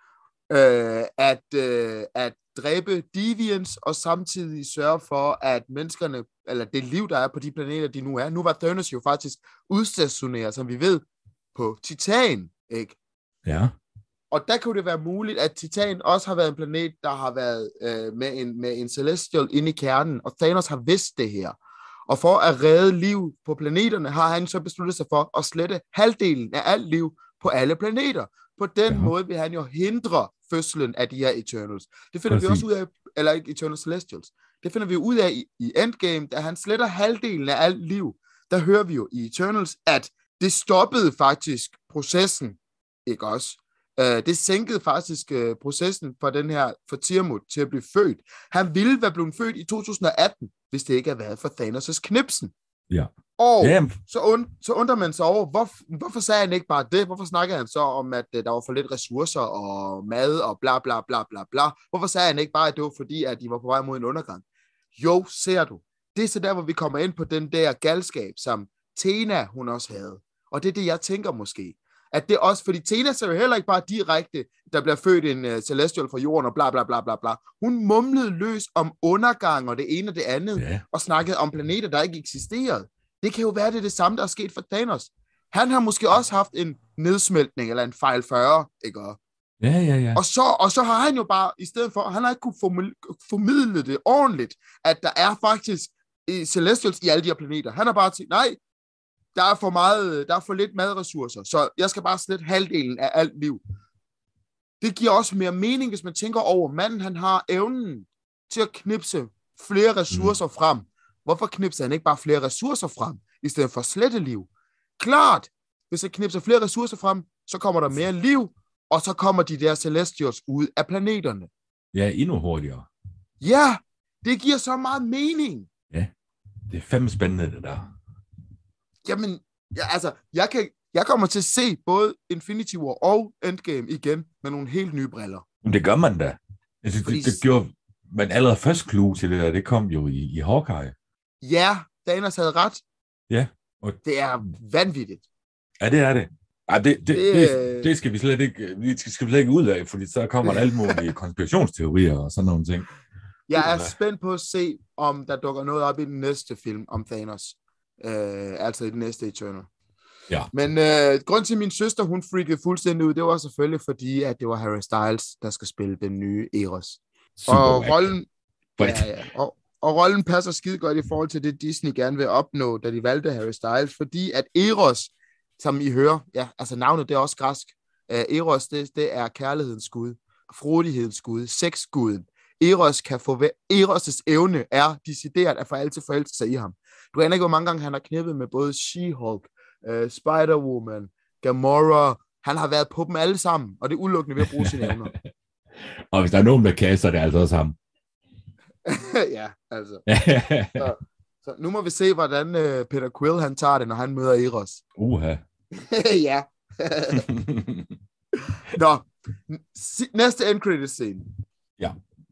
Speaker 2: Øh, at, øh, at dræbe Deviants, og samtidig sørge for, at menneskerne, eller det liv, der er på de planeter, de nu er. Nu var Thanos jo faktisk udstationeret, som vi ved, på Titan, ikke?
Speaker 7: Ja.
Speaker 2: Og der kunne det være muligt, at Titan også har været en planet, der har været øh, med, en, med en Celestial inde i kernen, og Thanos har vidst det her. Og for at redde liv på planeterne, har han så besluttet sig for at slette halvdelen af alt liv på alle planeter. På den ja. måde vil han jo hindre fødslen af de her Eternals. Det finder Præcis. vi også ud af, eller ikke Eternal Celestials. Det finder vi ud af i, i Endgame, da han sletter halvdelen af alt liv. Der hører vi jo i Eternals, at det stoppede faktisk processen, ikke også? Uh, det sænkede faktisk uh, processen for den her, for Tiamut til at blive født. Han ville være blevet født i to tusind atten, hvis det ikke havde været for Thanos' knipsen.
Speaker 7: Ja.
Speaker 2: Og
Speaker 7: Damn.
Speaker 2: så, und, så undrer man sig over, hvor, hvorfor sagde han ikke bare det? Hvorfor snakkede han så om, at uh, der var for lidt ressourcer og mad og bla bla bla bla bla? Hvorfor sagde han ikke bare, at det var fordi, at de var på vej mod en undergang? Jo, ser du. Det er så der, hvor vi kommer ind på den der galskab, som Athena, hun også havde. Og det er det, jeg tænker måske. At det også, fordi Athena ser jo heller ikke bare direkte, der bliver født en uh, Celestial fra jorden og bla bla bla bla bla. Hun mumlede løs om undergang og det ene og det andet, yeah. og snakkede om planeter, der ikke eksisterede. Det kan jo være, det er det samme, der er sket for Thanos. Han har måske også haft en nedsmeltning, eller en fejl fyrre, ikke?
Speaker 7: Ja, ja, ja.
Speaker 2: Og så, og så har han jo bare, i stedet for, han har ikke kunne formidle det ordentligt, at der er faktisk Celestials i alle de her planeter. Han har bare tænkt, nej, der er for meget, der er for lidt madressourcer, så jeg skal bare slette halvdelen af alt liv. Det giver også mere mening, hvis man tænker over, manden han har evnen til at knipse flere ressourcer mm. frem. Hvorfor knipser han ikke bare flere ressourcer frem, i stedet for slette liv? Klart, hvis han knipser flere ressourcer frem, så kommer der mere liv, og så kommer de der Celestials ud af planeterne.
Speaker 7: Ja, endnu hurtigere.
Speaker 2: Ja, det giver så meget mening.
Speaker 7: Ja, det er fandme spændende, det der.
Speaker 2: Jamen, ja, altså, jeg, kan, jeg kommer til at se både Infinity War og Endgame igen med nogle helt nye briller.
Speaker 7: Men det gør man da. Altså, Fordi... det, det gjorde man allerede først clue til det der, det kom jo i, i Hawkeye.
Speaker 2: Ja, Thanos havde ret.
Speaker 7: Ja. Og...
Speaker 2: Det er vanvittigt.
Speaker 7: Ja, det er det. Ej, det, det, det, det, det skal vi slet ikke, vi skal slet ikke ud af, fordi så kommer der alle mulige konspirationsteorier og sådan nogle ting.
Speaker 2: Jeg er spændt på at se, om der dukker noget op i den næste film om Thanos. Øh, altså i den næste Eternal.
Speaker 7: Ja.
Speaker 2: Men øh, grund til, at min søster, hun freakede fuldstændig ud, det var selvfølgelig fordi, at det var Harry Styles, der skal spille den nye Eros.
Speaker 7: Super
Speaker 2: og
Speaker 7: wack.
Speaker 2: rollen, ja, ja, og, og rollen passer skide godt i forhold til det, Disney gerne vil opnå, da de valgte Harry Styles, fordi at Eros, som I hører, ja, altså navnet, det er også græsk. Uh, Eros, det, det er kærlighedens gud, frodighedens gud, sexguden. Eros kan få, Eros' evne er decideret at for altid forelske sig i ham. Du aner ikke, hvor mange gange han har knippet med både She-Hulk, uh, Spider-Woman, Gamora. Han har været på dem alle sammen, og det er udelukkende ved at bruge sine evner.
Speaker 7: Og hvis der er nogen, der kan, så er det altså også ham.
Speaker 2: Ja, altså. så, så nu må vi se, hvordan uh, Peter Quill han tager det, når han møder Eros.
Speaker 7: Uha.
Speaker 2: Ja. Nå, næste end credit scene.
Speaker 7: Ja.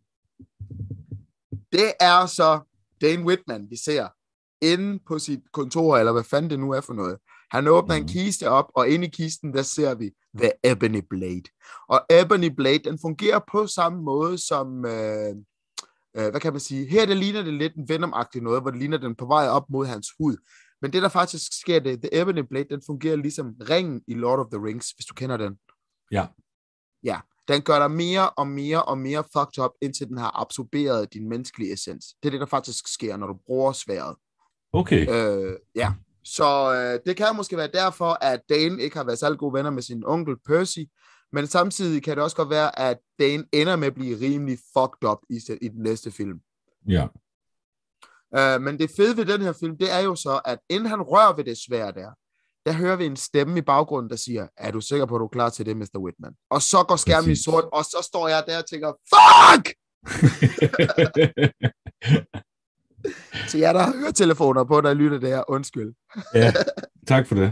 Speaker 2: Det er så Dane Whitman, vi ser inde på sit kontor, eller hvad fanden det nu er for noget. Han åbner mm. en kiste op, og inde i kisten, der ser vi The Ebony Blade. Og Ebony Blade, den fungerer på samme måde som, øh, øh, hvad kan man sige, her det ligner det lidt en Venom-agtig noget, hvor det ligner den på vej op mod hans hud. Men det, der faktisk sker, det The Ebony Blade, den fungerer ligesom ringen i Lord of the Rings, hvis du kender den.
Speaker 7: Ja.
Speaker 2: Ja, den gør dig mere og mere og mere fucked up, indtil den har absorberet din menneskelige essens. Det er det, der faktisk sker, når du bruger sværet.
Speaker 7: Okay.
Speaker 2: Øh, ja, så øh, det kan måske være derfor, at Dane ikke har været særlig gode venner med sin onkel Percy, men samtidig kan det også godt være, at Dane ender med at blive rimelig fucked up i, i den næste film.
Speaker 7: Ja.
Speaker 2: Uh, men det fede ved den her film, det er jo så, at inden han rører ved det sværd der, der hører vi en stemme i baggrunden, der siger, er du sikker på, at du er klar til det, mister Whitman? Og så går skærmen i sort, og så står jeg der og tænker, fuck! Så jeg der har høretelefoner på, der lytter der, undskyld.
Speaker 7: Ja, tak for det.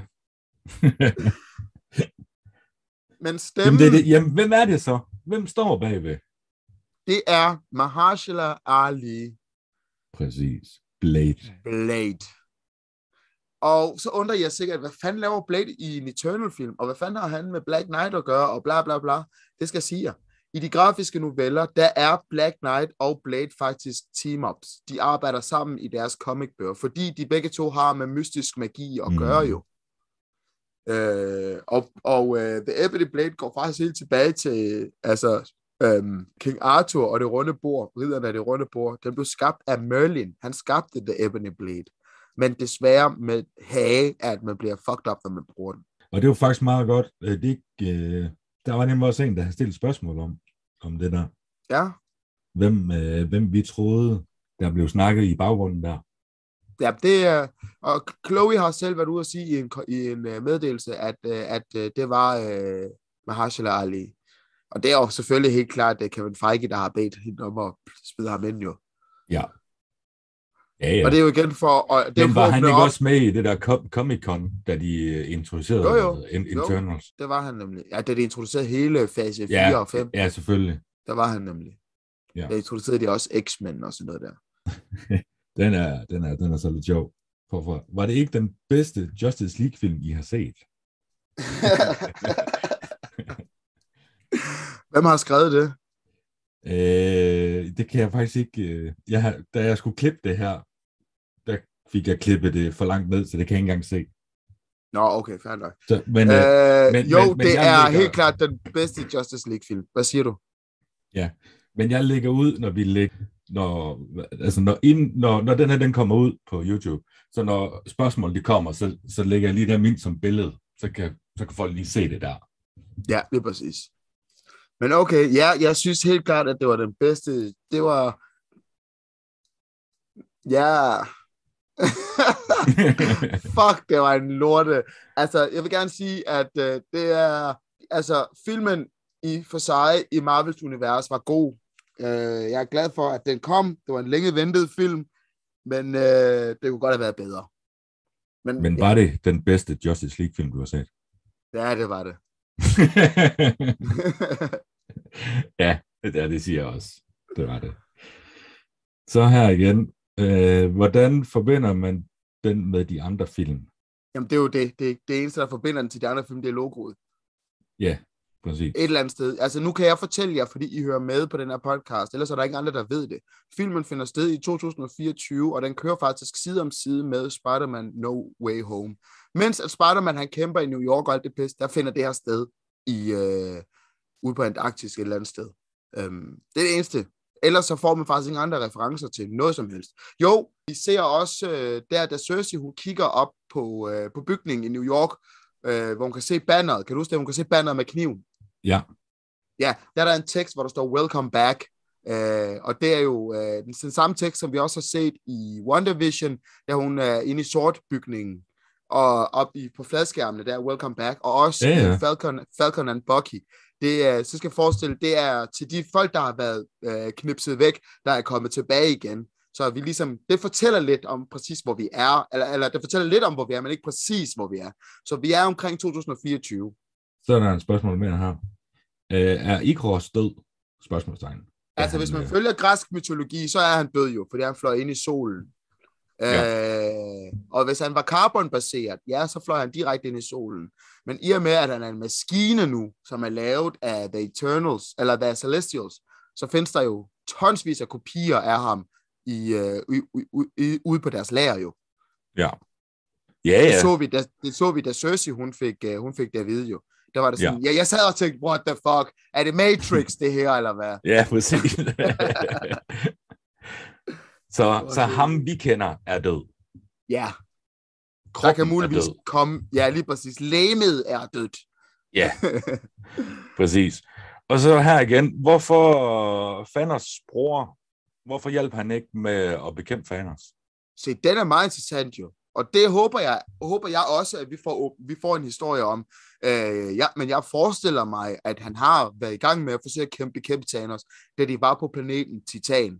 Speaker 2: Men stemmen...
Speaker 7: Jamen, det, det, jamen, hvem er det så? Hvem står bagved?
Speaker 2: Det er Mahershala Ali.
Speaker 7: Præcis. Blade.
Speaker 2: Blade. Og så undrer jeg sikkert, hvad fanden laver Blade i en Eternal-film, og hvad fanden har han med Black Knight at gøre, og bla bla bla. Det skal jeg sige jer. I de grafiske noveller, der er Black Knight og Blade faktisk team-ups. De arbejder sammen i deres comicbøger, fordi de begge to har med mystisk magi at gøre jo. Mm. Øh, og og uh, The Ebony Blade går faktisk helt tilbage til altså, um, King Arthur og det runde bord, ridderne af det runde bord. Den blev skabt af Merlin. Han skabte The Ebony Blade. Men desværre med hage, at man bliver fucked up, når man bruger den.
Speaker 7: Og det er jo faktisk meget godt. Det ikke, øh, der var nemlig også en, der havde stillet spørgsmål om, om det der.
Speaker 2: Ja.
Speaker 7: Hvem, øh, hvem vi troede, der blev snakket i baggrunden der.
Speaker 2: Ja, det er, og Chloe har selv været ude at sige i en, i en uh, meddelelse, at, uh, at uh, det var uh, Mahershala Ali. Og det er jo selvfølgelig helt klart, at det er Kevin Feige, der har bedt hende om at smide ham ind jo.
Speaker 7: Ja. Ja, ja.
Speaker 2: Og det er jo igen for... Og det
Speaker 7: Men var han ikke
Speaker 2: op...
Speaker 7: også med i det der Comic-Con, da de introducerede
Speaker 2: jo, jo.
Speaker 7: Internals?
Speaker 2: Jo, det var han nemlig. Ja, da de introducerede hele fase fire
Speaker 7: ja,
Speaker 2: og fem.
Speaker 7: Ja, selvfølgelig.
Speaker 2: Der var han nemlig. Ja. Der introducerede de også X-Men og sådan noget der.
Speaker 7: den, er, den, er, den er så lidt sjov. Hvorfor? Var det ikke den bedste Justice League-film, I har set?
Speaker 2: Hvem har skrevet det?
Speaker 7: Øh, det kan jeg faktisk ikke... Øh, jeg har, da jeg skulle klippe det her, der fik jeg klippet det for langt ned, så det kan jeg ikke engang se.
Speaker 2: Nå, okay, fair nok.
Speaker 7: Så, men,
Speaker 2: øh,
Speaker 7: men,
Speaker 2: jo,
Speaker 7: men, men
Speaker 2: det
Speaker 7: jeg
Speaker 2: er
Speaker 7: lægger,
Speaker 2: helt klart den bedste Justice League-film. Hvad siger du?
Speaker 7: Ja, men jeg lægger ud, når vi lægger, når, altså når, ind, når, når den her den kommer ud på YouTube, så når spørgsmål de kommer, så, så lægger jeg lige dem ind som billede, så kan, så kan folk lige se det der.
Speaker 2: Ja, det er præcis. Men okay, ja, jeg synes helt klart, at det var den bedste. Det var... Ja... Fuck, det var en lorte. Altså, jeg vil gerne sige, at uh, det er... Altså, filmen i for sig i Marvels univers var god. Uh, jeg er glad for, at den kom. Det var en længe ventet film, men uh, det kunne godt have været bedre. Men,
Speaker 7: men var ja. det den bedste Justice League-film, du har set?
Speaker 2: Ja, det var det.
Speaker 7: Ja, det, er, det siger jeg også. Det var det. Så her igen. Øh, hvordan forbinder man den med de andre film?
Speaker 2: Jamen, det er jo det. Det, det eneste, der forbinder den til de andre film, det er logoet.
Speaker 7: Ja, præcis.
Speaker 2: Et eller andet sted. Altså, nu kan jeg fortælle jer, fordi I hører med på den her podcast, ellers er der ikke andre, der ved det. Filmen finder sted i to tusind og fireogtyve, og den kører faktisk side om side med Spider-Man No Way Home. Mens at Spider-Man, han kæmper i New York og alt det pisse, der finder det her sted i, øh, ude på Antarktis et eller andet sted. Um, det er det eneste. Ellers så får man faktisk ingen andre referencer til noget som helst. Jo, vi ser også øh, der, da Cersei, hun kigger op på, øh, på bygningen i New York, øh, hvor hun kan se banneret. Kan du huske det? Hun kan se banneret med kniven.
Speaker 7: Ja.
Speaker 2: Ja, der er der en tekst, hvor der står Welcome Back. Øh, og det er jo øh, den, den samme tekst, som vi også har set i WandaVision, da hun er inde i sortbygningen. Og op i, på fladskærmene, der er Welcome Back. Og også
Speaker 7: ja, ja.
Speaker 2: Falcon, Falcon and Bucky. Det er, så skal jeg forestille, det er til de folk, der har været øh, knipset væk, der er kommet tilbage igen. Så vi ligesom, det fortæller lidt om præcis, hvor vi er, eller, eller det fortæller lidt om, hvor vi er, men ikke præcis, hvor vi er. Så vi er omkring to tusind og fireogtyve.
Speaker 7: Så er der en spørgsmål mere her. Øh, er Ikaros død? Spørgsmålstegn.
Speaker 2: Altså, hvis man øh... følger græsk mytologi, så er han død jo, fordi han fløj ind i solen. Ja. Øh, og hvis han var carbonbaseret, ja, så fløj han direkte ind i solen. Men i og med, at han er en maskine nu, som er lavet af The Eternals, eller The Celestials, så findes der jo tonsvis af kopier af ham i, øh, ude på deres lager jo.
Speaker 7: Ja. Ja, ja.
Speaker 2: Det så vi, da, det så vi, da Cersei, hun fik, uh, hun fik det at vide jo. Der var det sådan, ja. Ja, jeg sad og tænkte, what the fuck, er det Matrix det her, eller hvad?
Speaker 7: Ja, præcis. så, så ham, vi kender, er død.
Speaker 2: Ja.
Speaker 7: Kroppen
Speaker 2: der kan muligvis komme, ja, lige præcis, legemet er dødt.
Speaker 7: Ja, præcis. Og så her igen, hvorfor Thanos bror, hvorfor hjælper han ikke med at bekæmpe Thanos?
Speaker 2: Se, den er meget interessant jo. Og det håber jeg, håber jeg også, at vi får, vi får en historie om. Øh, ja, men jeg forestiller mig, at han har været i gang med at forsøge at kæmpe, bekæmpe Thanos, da de var på planeten Titan.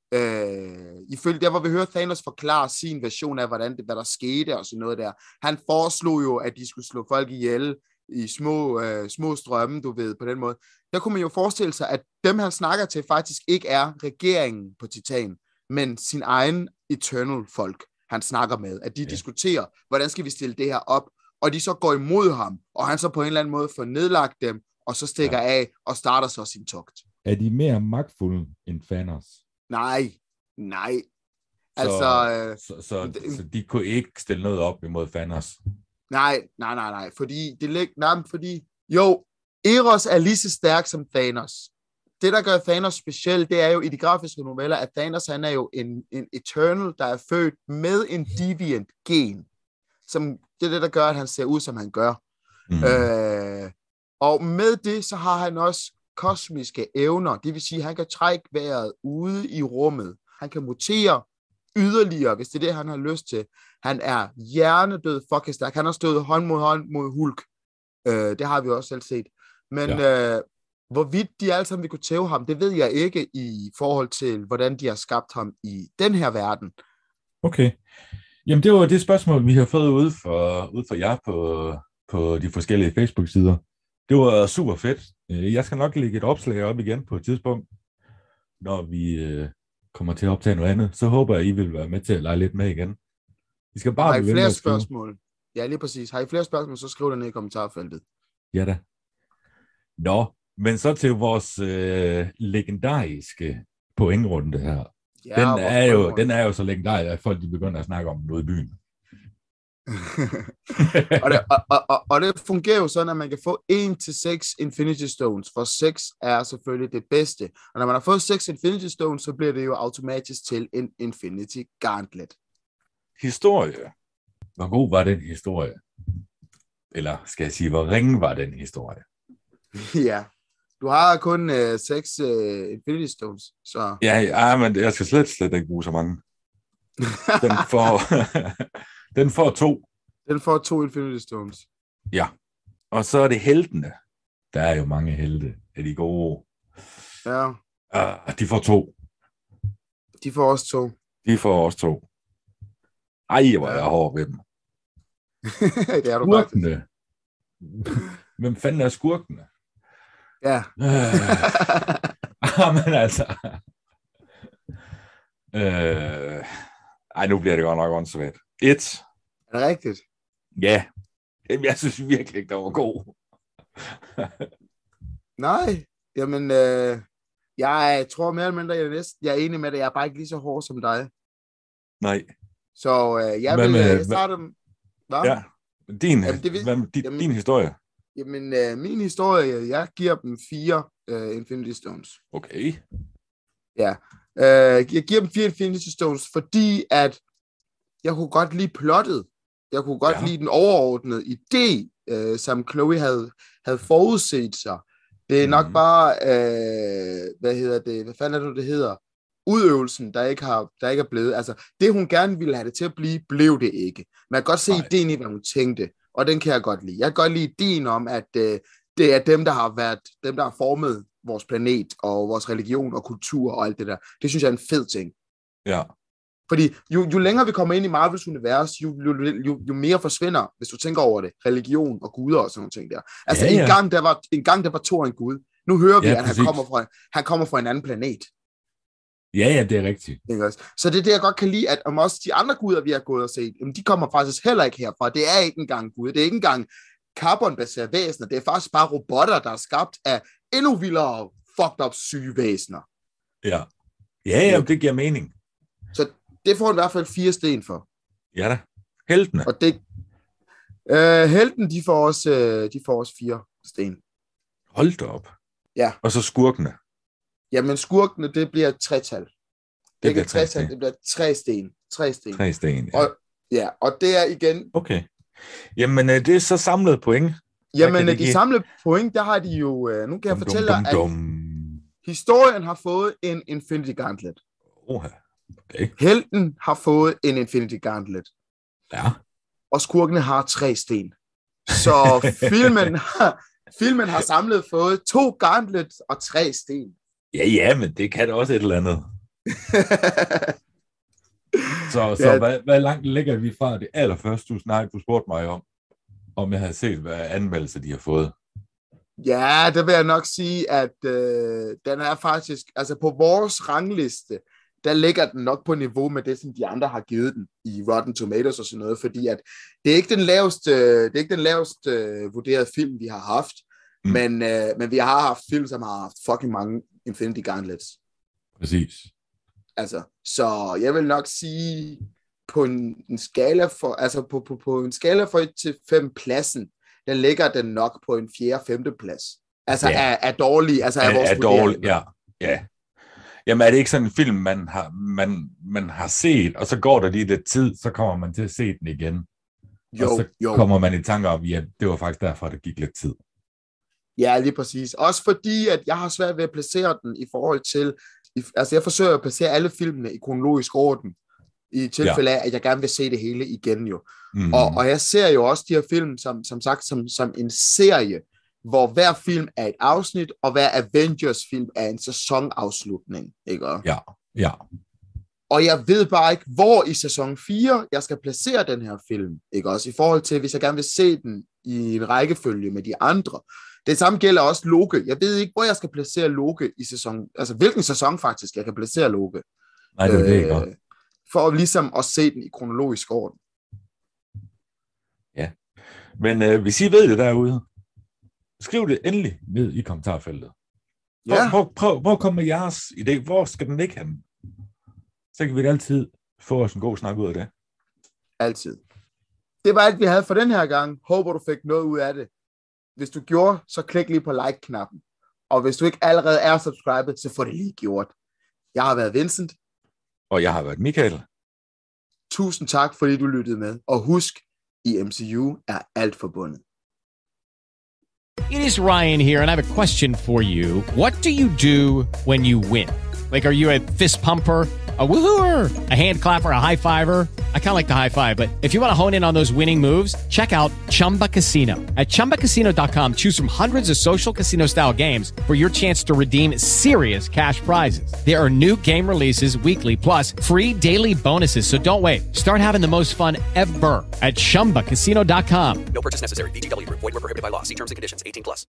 Speaker 2: Øh, ifølge der, hvor vi hører Thanos forklare sin version af, hvordan det, hvad der skete og sådan noget der. Han foreslog jo, at de skulle slå folk ihjel i små, øh, små strømme, du ved, på den måde. Der kunne man jo forestille sig, at dem, han snakker til, faktisk ikke er regeringen på Titan, men sin egen Eternal folk, han snakker med. At de ja. diskuterer, hvordan skal vi stille det her op, og de så går imod ham, og han så på en eller anden måde får nedlagt dem, og så stikker ja. af, og starter så sin togt.
Speaker 7: Er de mere magtfulde end Thanos?
Speaker 2: Nej, nej.
Speaker 7: Så,
Speaker 2: altså, øh,
Speaker 7: så, så, så de kunne ikke stille noget op imod Thanos?
Speaker 2: Nej, nej, nej, nej. Fordi, det lig, nej, fordi jo, Eros er lige så stærk som Thanos. Det, der gør Thanos speciel, det er jo i de grafiske noveller, at Thanos, han er jo en, en Eternal, der er født med en deviant gen. Som, det er det, der gør, at han ser ud, som han gør. Mm. Øh, og med det, så har han også kosmiske evner. Det vil sige, at han kan trække vejret ude i rummet. Han kan mutere yderligere, hvis det er det, han har lyst til. Han er hjernedød fucking stærk. Han har stået hånd mod hånd mod Hulk. Øh, det har vi også selv set. Men ja. øh, hvorvidt de alle sammen vil kunne tæve ham, det ved jeg ikke i forhold til, hvordan de har skabt ham i den her verden.
Speaker 7: Okay. Jamen, det var det spørgsmål, vi har fået ud for, ud for jer på, på de forskellige Facebook-sider. Det var super fedt. Jeg skal nok lægge et opslag op igen på et tidspunkt, når vi øh, kommer til at optage noget andet. Så håber jeg, I vil være med til at lege lidt med igen. I skal bare
Speaker 2: har I flere spørgsmål? Ja, lige præcis. Har I flere spørgsmål, så skriv det ned i kommentarfeltet.
Speaker 7: Ja da. Nå, men så til vores øh, legendariske pointrunde her. Ja, den, er jo, den er jo så legendarisk, at folk de begynder at snakke om noget i byen.
Speaker 2: og, det, og, og, og, og det fungerer jo sådan, at man kan få en til seks Infinity Stones, for seks er selvfølgelig det bedste. Og når man har fået seks Infinity Stones, så bliver det jo automatisk til en Infinity Gauntlet.
Speaker 7: Historie. Hvor god var den historie? Eller skal jeg sige, hvor ringe var den historie?
Speaker 2: Ja, du har kun øh, seks øh, Infinity Stones, så...
Speaker 7: Ja, ja, men jeg skal slet, slet ikke bruge så mange. Den får, den får to.
Speaker 2: Den får to Infinity Stones.
Speaker 7: Ja, og så er det heltene. Der er jo mange helte af de gode.
Speaker 2: Ja.
Speaker 7: Uh, de får to.
Speaker 2: De får også to.
Speaker 7: De får også to. Ej, hvor er jeg hård ved dem.
Speaker 2: Det er du
Speaker 7: skurkene. Hvem fanden er skurkene?
Speaker 2: Ja.
Speaker 7: Uh, men altså... Uh, ej, nu bliver det godt nok åndssvagt. Et.
Speaker 2: Er det rigtigt?
Speaker 7: Ja. Jamen, jeg synes virkelig ikke, der var god.
Speaker 2: Nej. Jamen, øh, jeg tror mere eller mindre, jeg er, næsten, jeg er enig med det. Jeg er bare ikke lige så hård som dig.
Speaker 7: Nej.
Speaker 2: Så øh, jeg
Speaker 7: Men,
Speaker 2: vil
Speaker 7: øh,
Speaker 2: øh, starte... Hvad?
Speaker 7: Ja. Din,
Speaker 2: jamen, det vil,
Speaker 7: hvad, din,
Speaker 2: jamen,
Speaker 7: din historie.
Speaker 2: Jamen, øh, min historie, jeg giver dem fire øh, Infinity Stones.
Speaker 7: Okay.
Speaker 2: Ja. Øh, jeg giver dem fire Infinity Stones, fordi at jeg kunne godt lide plottet. Jeg kunne godt ja. lide den overordnede idé, øh, som Chloe havde, havde forudset sig. Det er mm. nok bare, øh, hvad hedder det, hvad fanden er det, det hedder? Udøvelsen, der ikke, har, der ikke er blevet. Altså, det hun gerne ville have det til at blive, blev det ikke. Man kan godt se Nej. ideen i, hvad hun tænkte, og den kan jeg godt lide. Jeg kan godt lide ideen om, at øh, det er dem, der har været, dem, der har formet vores planet, og vores religion og kultur og alt det der. Det synes jeg er en fed ting.
Speaker 7: Ja.
Speaker 2: Fordi jo, jo længere vi kommer ind i Marvels univers, jo, jo, jo, jo mere forsvinder, hvis du tænker over det, religion og guder og sådan nogle ting der. Altså ja, ja. En, gang, der var, en gang der var Thor en gud. Nu hører vi, ja, at han kommer, fra, han kommer fra en anden planet.
Speaker 7: Ja, ja, det er rigtigt.
Speaker 2: Så det er det, jeg godt kan lide, at om også de andre guder, vi har gået og set, de kommer faktisk heller ikke herfra. Det er ikke engang gud. Det er ikke engang carbonbaserede væsener. Det er faktisk bare robotter, der er skabt af endnu vildere fucked up syge væsener.
Speaker 7: Ja. Ja, ja, det giver mening.
Speaker 2: Så det får i hvert fald fire sten for.
Speaker 7: Ja da. Heltene.
Speaker 2: Og det, øh, helten, de får, også, øh, de får også fire sten.
Speaker 7: Hold da op.
Speaker 2: Ja.
Speaker 7: Og så skurkene.
Speaker 2: Jamen skurkene, det bliver et tretal. Det, det bliver
Speaker 7: tre
Speaker 2: tretal, det bliver tre sten. Tre sten.
Speaker 7: Tre sten, ja.
Speaker 2: Og, ja, og det er igen...
Speaker 7: Okay. Jamen, det er så samlet point.
Speaker 2: Jamen, de give? samlede point, der har de jo... Nu kan jeg dum, fortælle dum, dum, dum. at historien har fået en Infinity Gauntlet.
Speaker 7: Oha. Okay.
Speaker 2: Helten har fået en Infinity Gauntlet.
Speaker 7: Ja.
Speaker 2: Og skurkene har tre sten. Så filmen, har, filmen har samlet fået to gauntlets og tre sten.
Speaker 7: Ja, ja, men det kan også et eller andet. så så ja. hvad, hvad langt ligger vi fra det allerførste, du snakkede, du spurgte mig om, om jeg havde set, hvad anmeldelse de har fået?
Speaker 2: Ja, det vil jeg nok sige, at øh, den er faktisk, altså på vores rangliste, der ligger den nok på niveau med det, som de andre har givet den i Rotten Tomatoes og sådan noget, fordi at det er ikke den laveste, det er ikke den laveste øh, vurderede film, vi har haft, mm. men, øh, men vi har haft film, som har haft fucking mange Infinity Gauntlets.
Speaker 7: Præcis.
Speaker 2: Altså, så jeg vil nok sige, på en, en skala for, altså på, på, på en skala for et til fem pladsen, der ligger den nok på en fjerde, femte plads. Altså ja. er, er dårlig, altså er, er vores er
Speaker 7: dårlig, ja, ja. Jamen er det ikke sådan en film, man har, man, man har set, og så går der lige lidt tid, så kommer man til at se den igen.
Speaker 2: Jo,
Speaker 7: og så
Speaker 2: jo.
Speaker 7: kommer man i tanke om, ja, det var faktisk derfor, at det gik lidt tid.
Speaker 2: Ja, lige præcis. Også fordi, at jeg har svært ved at placere den i forhold til, i, altså jeg forsøger at placere alle filmene i kronologisk orden, i tilfælde ja. af, at jeg gerne vil se det hele igen jo. Mm. Og, og jeg ser jo også de her film, som, som sagt, som, som en serie, hvor hver film er et afsnit, og hver Avengers-film er en sæsonafslutning, ikke?
Speaker 7: Ja, ja.
Speaker 2: Og jeg ved bare ikke, hvor i sæson fire jeg skal placere den her film, ikke også? I forhold til, hvis jeg gerne vil se den i en rækkefølge med de andre. Det samme gælder også Loke. Jeg ved ikke, hvor jeg skal placere Loke i sæson, altså hvilken sæson faktisk jeg kan placere Loke.
Speaker 7: Nej, det er det ikke godt.
Speaker 2: For ligesom at se den i kronologisk orden.
Speaker 7: Ja, men øh, hvis I ved det derude, skriv det endelig ned i kommentarfeltet. Prøv, ja. prøv, prøv, prøv at komme med jeres idé. Hvor skal den ligge hen? Så kan vi altid få os en god snak ud af det.
Speaker 2: Altid. Det var alt, vi havde for den her gang. Håber, du fik noget ud af det. Hvis du gjorde, så klik lige på like-knappen. Og hvis du ikke allerede er subscribet, så få det lige gjort. Jeg har været Vincent.
Speaker 7: Og jeg har været Michael.
Speaker 2: Tusind tak, fordi du lyttede med. Og husk, i M C U er alt forbundet.
Speaker 8: It is Ryan here, and I have a question for you. What do you do when you win? Like, are you a fist pumper, a woohooer, a hand clapper, a high fiver? I kind of like the high five, but if you want to hone in on those winning moves, check out Chumba Casino. At chumba casino dot com, choose from hundreds of social casino style games for your chance to redeem serious cash prizes. There are new game releases weekly, plus free daily bonuses. So don't wait. Start having the most fun ever at chumba casino dot com.
Speaker 9: No purchase necessary. V G W Group. Void where prohibited by law. See terms and conditions. eighteen plus.